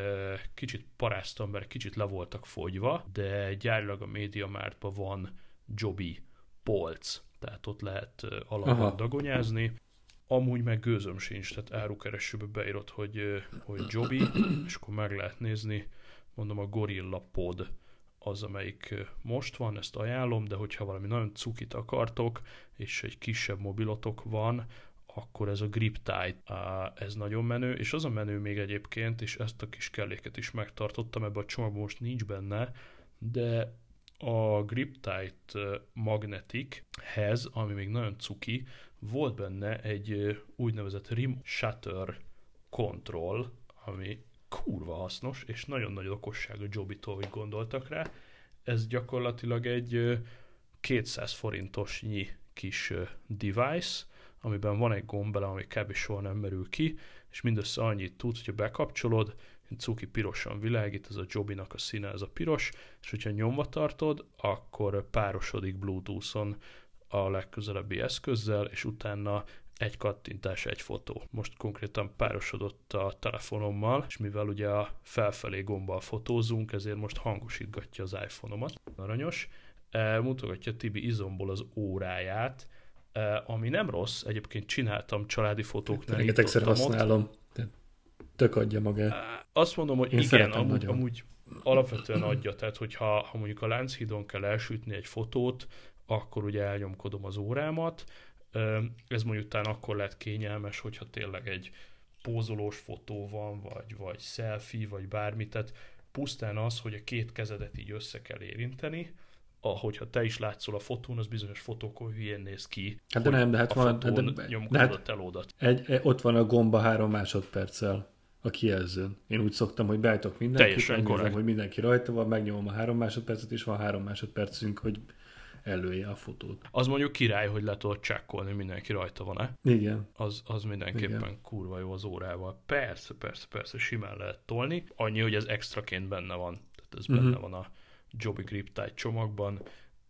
kicsit paráztam, mert kicsit le voltak fogyva, de gyárilag a MediaMarktban van Joby polc, tehát ott lehet alapban dagonyázni. Amúgy meg gőzöm sincs, tehát árukeresőbe beírott, hogy Joby, és akkor meg lehet nézni, mondom, a Gorilla Pod az, amelyik most van, ezt ajánlom, de hogyha valami nagyon cukit akartok, és egy kisebb mobilotok van, akkor ez a GripTight, ez nagyon menő, és az a menő még egyébként, és ezt a kis kelléket is megtartottam, ebben a csomagban most nincs benne, de a GripTight Magnetic-hez, ami még nagyon cuki, volt benne egy úgynevezett Rim Shutter Control, ami kurva hasznos, és nagyon nagy okosság a Joby-tól, hogy gondoltak rá. Ez gyakorlatilag egy 200 forintosnyi kis device, amiben van egy gomb bele, ami kb. Soha nem merül ki, és mindössze annyit tud, hogyha bekapcsolod, cuki pirosan világít, ez a Joby-nak a színe, ez a piros, és hogyha nyomva tartod, akkor párosodik Bluetooth-on a legközelebbi eszközzel, és utána egy kattintás, egy fotó. Most konkrétan párosodott a telefonommal, és mivel ugye a felfelé gombbal fotózunk, ezért most hangosítgatja az iPhone-omat. Aranyos. Mutogatja Tibi izomból az óráját, ami nem rossz, egyébként csináltam családi fotóknál. Rengetegszer használom, tök adja magát. Azt mondom, hogy én igen, amúgy alapvetően adja, tehát hogyha mondjuk a Lánchídon kell elsütni egy fotót, akkor ugye elnyomkodom az órámat. Ez mondjuk után akkor lehet kényelmes, hogyha tényleg egy pózolós fotó van, vagy selfie, vagy bármi, tehát pusztán az, hogy a két kezedet így össze kell érinteni, ahogyha te is látszol a fotón, az bizonyos fotókon hülyén néz ki. Hát de nem, de hát van, nyomkodod a telódat. Ott van a gomba 3 másodperccel a kijelzőn. Én úgy szoktam, hogy beállítok mindenkit, megnézem, hogy mindenki rajta van, megnyomom a 3 másodpercet, és van 3 másodpercünk, hogy elője a fotót. Az mondjuk király, hogy le tudod csekkolni, mindenki rajta van-e. Igen. Az mindenképpen igen. Kurva jó az órával. Persze, simán lehet tolni. Annyi, hogy ez extraként benne van. Tehát ez benne van a Joby GripTight csomagban.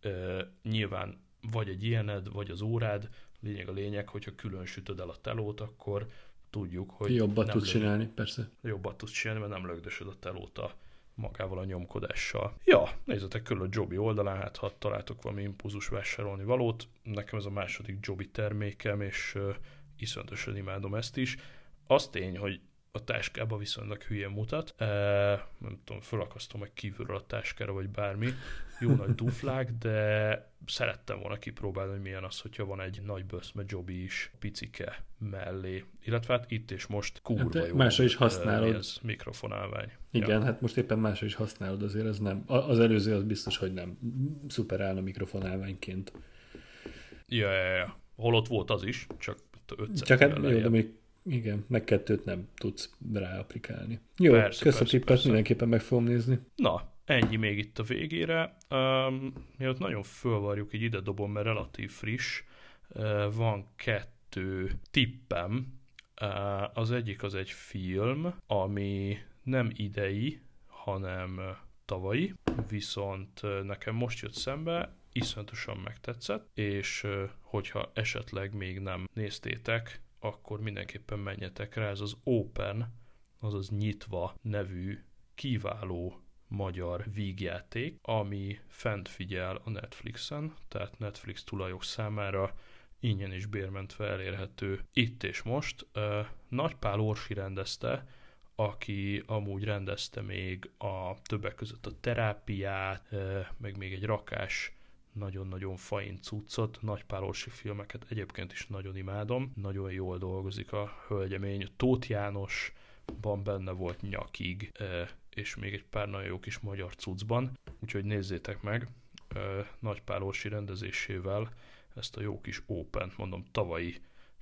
Nyilván vagy egy ilyened, vagy az órád. Lényeg, hogyha külön sütöd el a telót, akkor tudjuk, hogy jobbat tudsz csinálni, persze. Jobbat tudsz csinálni, mert nem lögdösöd a telót magával a nyomkodással. Ja, nézzetek körül a Joby oldalán, hát ha találtok valami impulzus vásárolni valót. Nekem ez a második Joby termékem, és iszonyatosan imádom ezt is. Az tény, hogy a táskába viszonylag hülyén mutat. Nem tudom, fölakasztom egy kívülről a táskára, vagy bármi. Jó nagy duflák, de szerettem volna kipróbálni, hogy milyen az, hogyha van egy nagy böszme Joby is picike mellé. Illetve hát itt és most kurva jó. Másra is használod. Ez mikrofonálvány. Igen, hát most éppen másra is használod, azért ez nem. Az előző az biztos, hogy nem szuper állna mikrofonálványként. Ja. Holott volt az is, csak 5 csak hát jó, de még igen, meg 2 nem tudsz ráaplikálni. Jó, kösz a tippet, mindenképpen meg fogom nézni. Na, ennyi még itt a végére. Miatt nagyon fölvarjuk, így ide dobom, mert relatív friss. Van 2 tippem. Az egyik az egy film, ami nem idei, hanem tavalyi, viszont nekem most jött szembe, iszonyatosan megtetszett, és hogyha esetleg még nem néztétek, akkor mindenképpen menjetek rá, ez az Open, azaz Nyitva nevű kiváló magyar vígjáték, ami fent figyel a Netflixen, tehát Netflix tulajok számára ingyen és bérmentve elérhető itt és most. Nagy Pál Orsi rendezte, aki amúgy rendezte még a többek között a Terápiát, meg még egy rakás nagyon-nagyon fain cuccot. Nagy Pál Orsi filmeket egyébként is nagyon imádom. Nagyon jól dolgozik a hölgyemény. Tóth Jánosban benne volt Nyakig, és még egy pár nagyon jó kis magyar cuccban. Úgyhogy nézzétek meg Nagy Pál Orsi rendezésével ezt a jó kis Open-t, mondom, tavalyi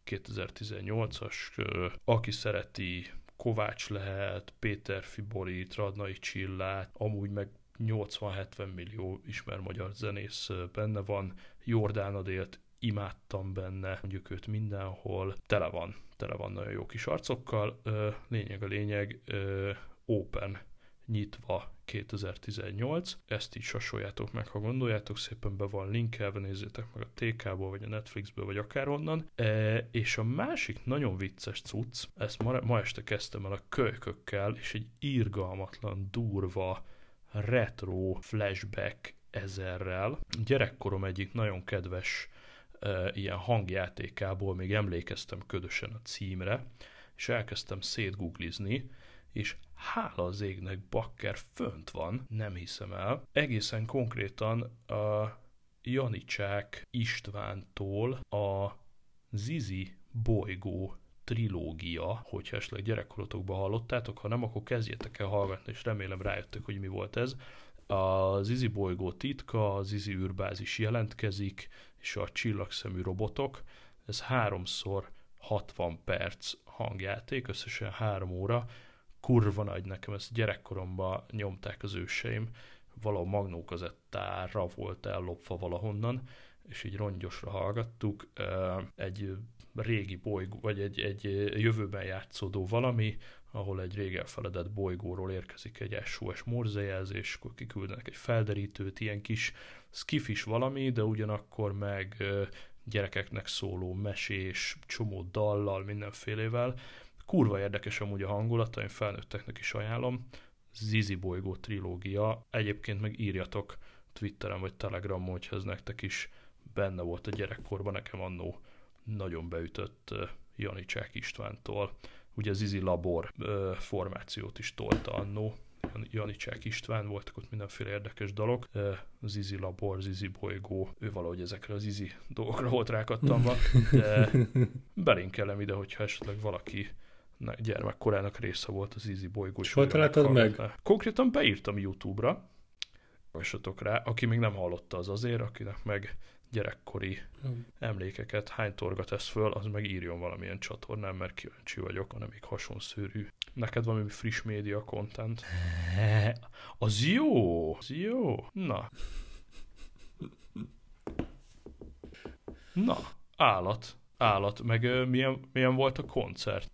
2018-as, aki szereti, Kovács lehet, Péter Fiborit, Radnai Csillát, amúgy meg 80-70 millió ismer magyar zenész benne van, Jordán Adélt imádtam benne, mondjuk őt mindenhol, tele van nagyon jó kis arcokkal, lényeg a lényeg, Open nyitva 2018, ezt így sasoljátok meg, ha gondoljátok, szépen be van linkelve, nézzétek meg a TK-ból, vagy a Netflixből, vagy akárhonnan. És a másik nagyon vicces cucc, ezt ma este kezdtem el a kölykökkel, és egy irgalmatlan, durva, retro flashback ezerrel. Gyerekkorom egyik nagyon kedves ilyen hangjátékából még emlékeztem ködösen a címre, és elkezdtem szétgooglizni, és hála az égnek bakker fönt van, nem hiszem el. Egészen konkrétan a Janicsák Istvántól a Zizi bolygó trilógia, hogyha esetleg gyerekkorotokban hallottátok, ha nem, akkor kezdjétek el hallgatni, és remélem rájöttök, hogy mi volt ez. A Zizi bolygó titka, a Zizi űrbázis jelentkezik, és a csillagszemű robotok. Ez 3x60 perc hangjáték, összesen 3 óra. Kurva nagy, nekem ezt gyerekkoromban nyomták az őseim, valahol magnókazettára volt ellopva valahonnan, és így rongyosra hallgattuk. Egy régi bolygó, vagy egy jövőben játszódó valami, ahol egy rég elfeledett bolygóról érkezik egy SOS morzejelzés, akkor kiküldenek egy felderítőt, ilyen kis skifis valami, de ugyanakkor meg gyerekeknek szóló mesés, csomó dallal, mindenfélével. Kurva érdekes amúgy a hangulata, én felnőtteknek is ajánlom. Zizi bolygó trilógia. Egyébként meg írjatok Twitteren vagy Telegramon, hogyha ez nektek is benne volt a gyerekkorban. Nekem annó nagyon beütött Janicsák Istvántól. Ugye Zizi Labor formációt is tolta annó. Janicsák István, voltak ott mindenféle érdekes dalok. Zizi Labor, Zizi bolygó, ő valahogy ezekre az Zizi dolgokra volt rákattamva, de belinkelem ide, hogyha esetleg valaki gyermekkorának része volt az Zizi bolygó. És hol találtad meg? Konkrétan beírtam YouTube-ra, hallgassatok rá, aki még nem hallotta, az azért, akinek meg gyerekkori emlékeket hánytorgat ez föl, az meg írjon valamilyen csatornán, mert kíváncsi vagyok, hanem még hasonszőrű. Neked valami friss média content? Az jó! Az jó! Na. Állat. Meg milyen volt a koncert?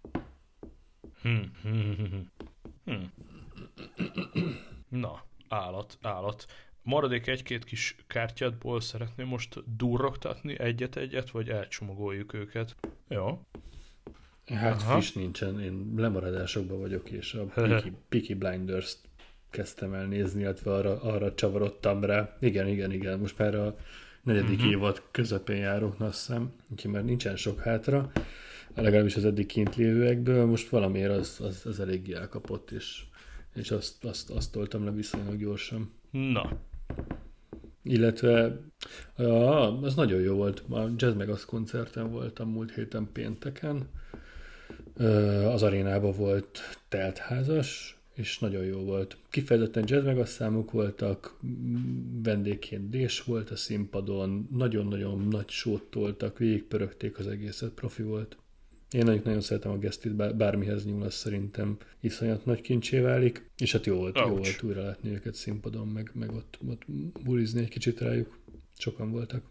Na, állat. Maradék egy-két kis kártyádból szeretném most durrogtatni egyet-egyet, vagy elcsomagoljuk őket. Jó. Hát friss nincsen, én lemaradásokban vagyok, és a Peaky Blinders-t kezdtem el nézni, illetve arra csavarodtam rá. Igen, most már a 4. évad közepén járok, azt hiszem, úgyhogy már nincsen sok hátra, legalábbis az eddig kint lévőekből, most valamiért az eléggé elkapott, és azt toltam le viszonylag gyorsan. Na. Illetve az nagyon jó volt. A Jazz Megas koncerten voltam múlt héten pénteken. Az arénában volt teltházas, és nagyon jó volt. Kifejezetten Jazz Megas számok voltak, vendégként Dés volt a színpadon, nagyon-nagyon nagy sót toltak, végigpörögték az egészet, profi volt. Én nagyon szeretem a Guestit, bármihez nyúl, az szerintem iszonyat nagy kincsé válik, és hát jó volt újra látni őket színpadon, meg ott bulizni egy kicsit rájuk. Sokan voltak.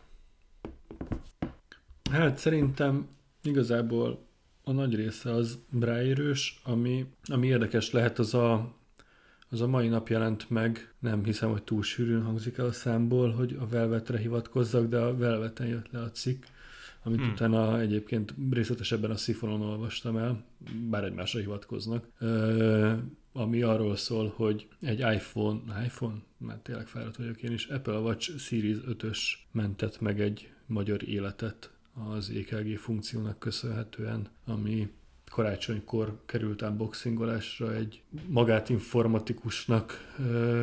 Hát szerintem igazából a nagy része az ráérős, ami érdekes lehet, az a mai nap jelent meg, nem hiszem, hogy túl sűrűn hangzik el a számból, hogy a Velvetre hivatkozzak, de a Velveten jött le a cikk, amit utána egyébként részletesebben a Szifonon olvastam el, bár egymásra hivatkoznak, ami arról szól, hogy egy iPhone, már tényleg fáradt vagyok én is, Apple Watch Series 5-ös mentett meg egy magyar életet az EKG funkciónak köszönhetően, ami karácsonykor került unboxingolásra egy magát informatikusnak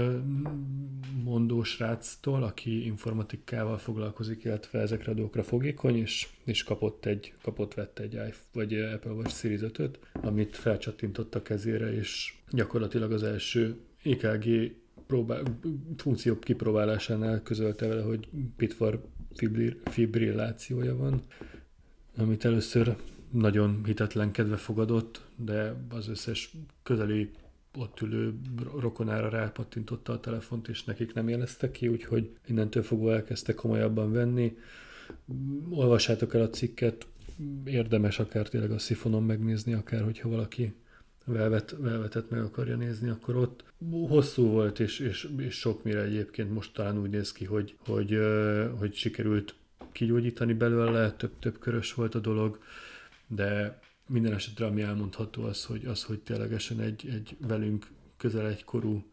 mondó sráctól, aki informatikával foglalkozik, illetve ezekre a dolgokra fogékony, és vett egy iPhone, vagy Apple Watch Series 5-öt, amit felcsattintott a kezére, és gyakorlatilag az első EKG funkció kipróbálásánál közölte vele, hogy pitvar fibrillációja van. amit először nagyon hitetlenkedve fogadott, de az összes közeli ott ülő rokonára rápattintotta a telefont, és nekik nem jelezte ki, úgyhogy innentől fogva elkezdte komolyabban venni. Olvassátok el a cikket, érdemes akár tényleg a Szifonon megnézni, akár hogyha valaki Velvetet meg akarja nézni, akkor ott hosszú volt, és sok mire egyébként most talán úgy néz ki, hogy sikerült kigyógyítani belőle, több körös volt a dolog, de minden esetre ami elmondható az, hogy ténylegesen egy velünk közel egykorú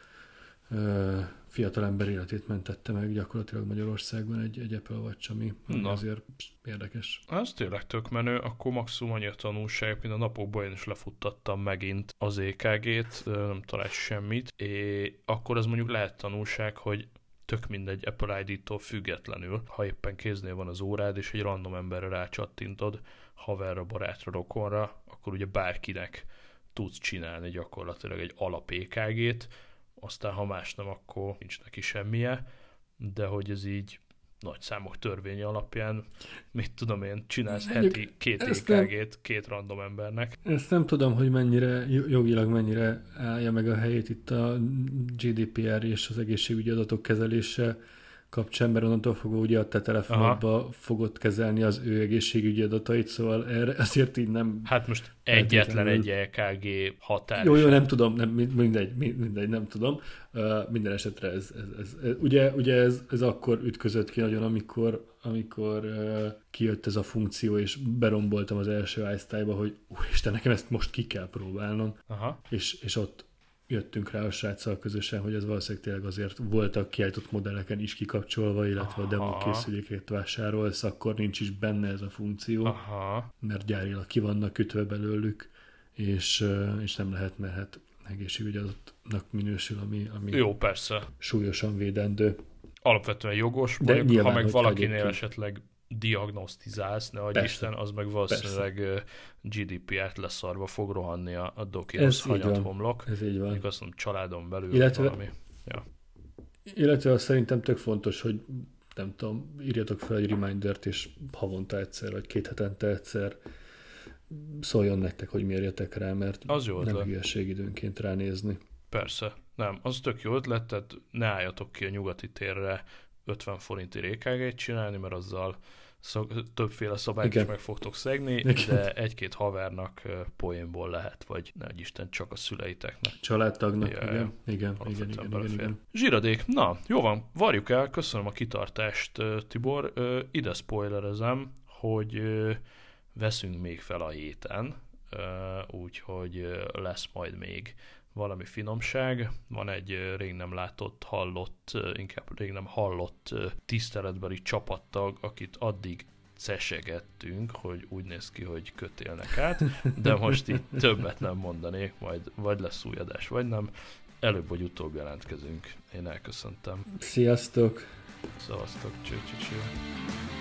fiatalember életét mentette meg gyakorlatilag Magyarországon egy Apple Watch, ami azért érdekes. Ez tényleg tök menő, akkor maximum annyi a tanulság, mint a napokban én is lefuttattam megint az EKG-t, nem talált semmit, és akkor az mondjuk lehet tanulság, hogy tök mindegy Apple ID-tól függetlenül, ha éppen kéznél van az órád, és egy random emberre rácsattintod, haverra, barátra, rokonra, akkor ugye bárkinek tudsz csinálni gyakorlatilag egy alap EKG-t, aztán ha más nem, akkor nincs neki semmije, de hogy ez így nagy számok törvénye alapján, mit tudom én, csinálsz heti 2 EKG-t 2 random embernek. Ezt nem tudom, hogy jogilag mennyire állja meg a helyét itt a GDPR és az egészségügyi adatok kezelése kapcsán, mert onnantól fogva ugye a te telefonodba fogod kezelni az ő egészségügyi adatait, szóval erre azért így nem... Hát most egyetlen egy EKG határ. Jó, nem tudom, mindegy, nem tudom. Minden esetre ugye ez akkor ütközött ki nagyon, amikor kijött ez a funkció, és beromboltam az első iStyle-ba, hogy úristen, nekem ezt most ki kell próbálnom. Aha. És ott jöttünk rá a sráccal közösen, hogy ez valószínűleg tényleg azért voltak kiállított modelleken is kikapcsolva, illetve a demo készüléket vásárolsz, akkor nincs is benne ez a funkció, mert gyárilag ki vannak ütve belőlük, és nem lehet, mert hát egészségügyi adatnak minősül, ami jó, persze. Súlyosan védendő. Alapvetően jogos, mondjuk, ha meg valakinél esetleg diagnosztizálsz, ne adj Isten, az meg valószínűleg GDPR-t leszarva fog rohanni a dokihoz hanyat homlok. Ez így van. Mondjuk azt mondom, családon belül valami. Ja. Illetve azt szerintem tök fontos, hogy nem tudom, írjatok fel egy remindert, és havonta egyszer, vagy 2 hetente egyszer szóljon nektek, hogy mérjetek rá, mert az jó nem hülyeség időnként ránézni. Persze, nem, az tök jó ötlet, tehát ne álljatok ki a nyugati térre 50 forintért EKG-t csinálni, mert azzal többféle szabályt is meg fogtok szegni, de 1-2 havernak poénból lehet, vagy nehogy Isten csak a szüleiteknek. Családtagnak, igen. Zsiradék, na, jó van, várjuk el, köszönöm a kitartást, Tibor, ide spoilerezem, hogy veszünk még fel a héten, úgyhogy lesz majd még valami finomság. Van egy rég nem látott, inkább rég nem hallott tiszteletbeli csapattag, akit addig cesegettünk, hogy úgy néz ki, hogy kötélnek át, de most így többet nem mondanék, majd vagy lesz új adás, vagy nem. Előbb vagy utóbb jelentkezünk. Én elköszöntem. Sziasztok! Szevasztok, cső.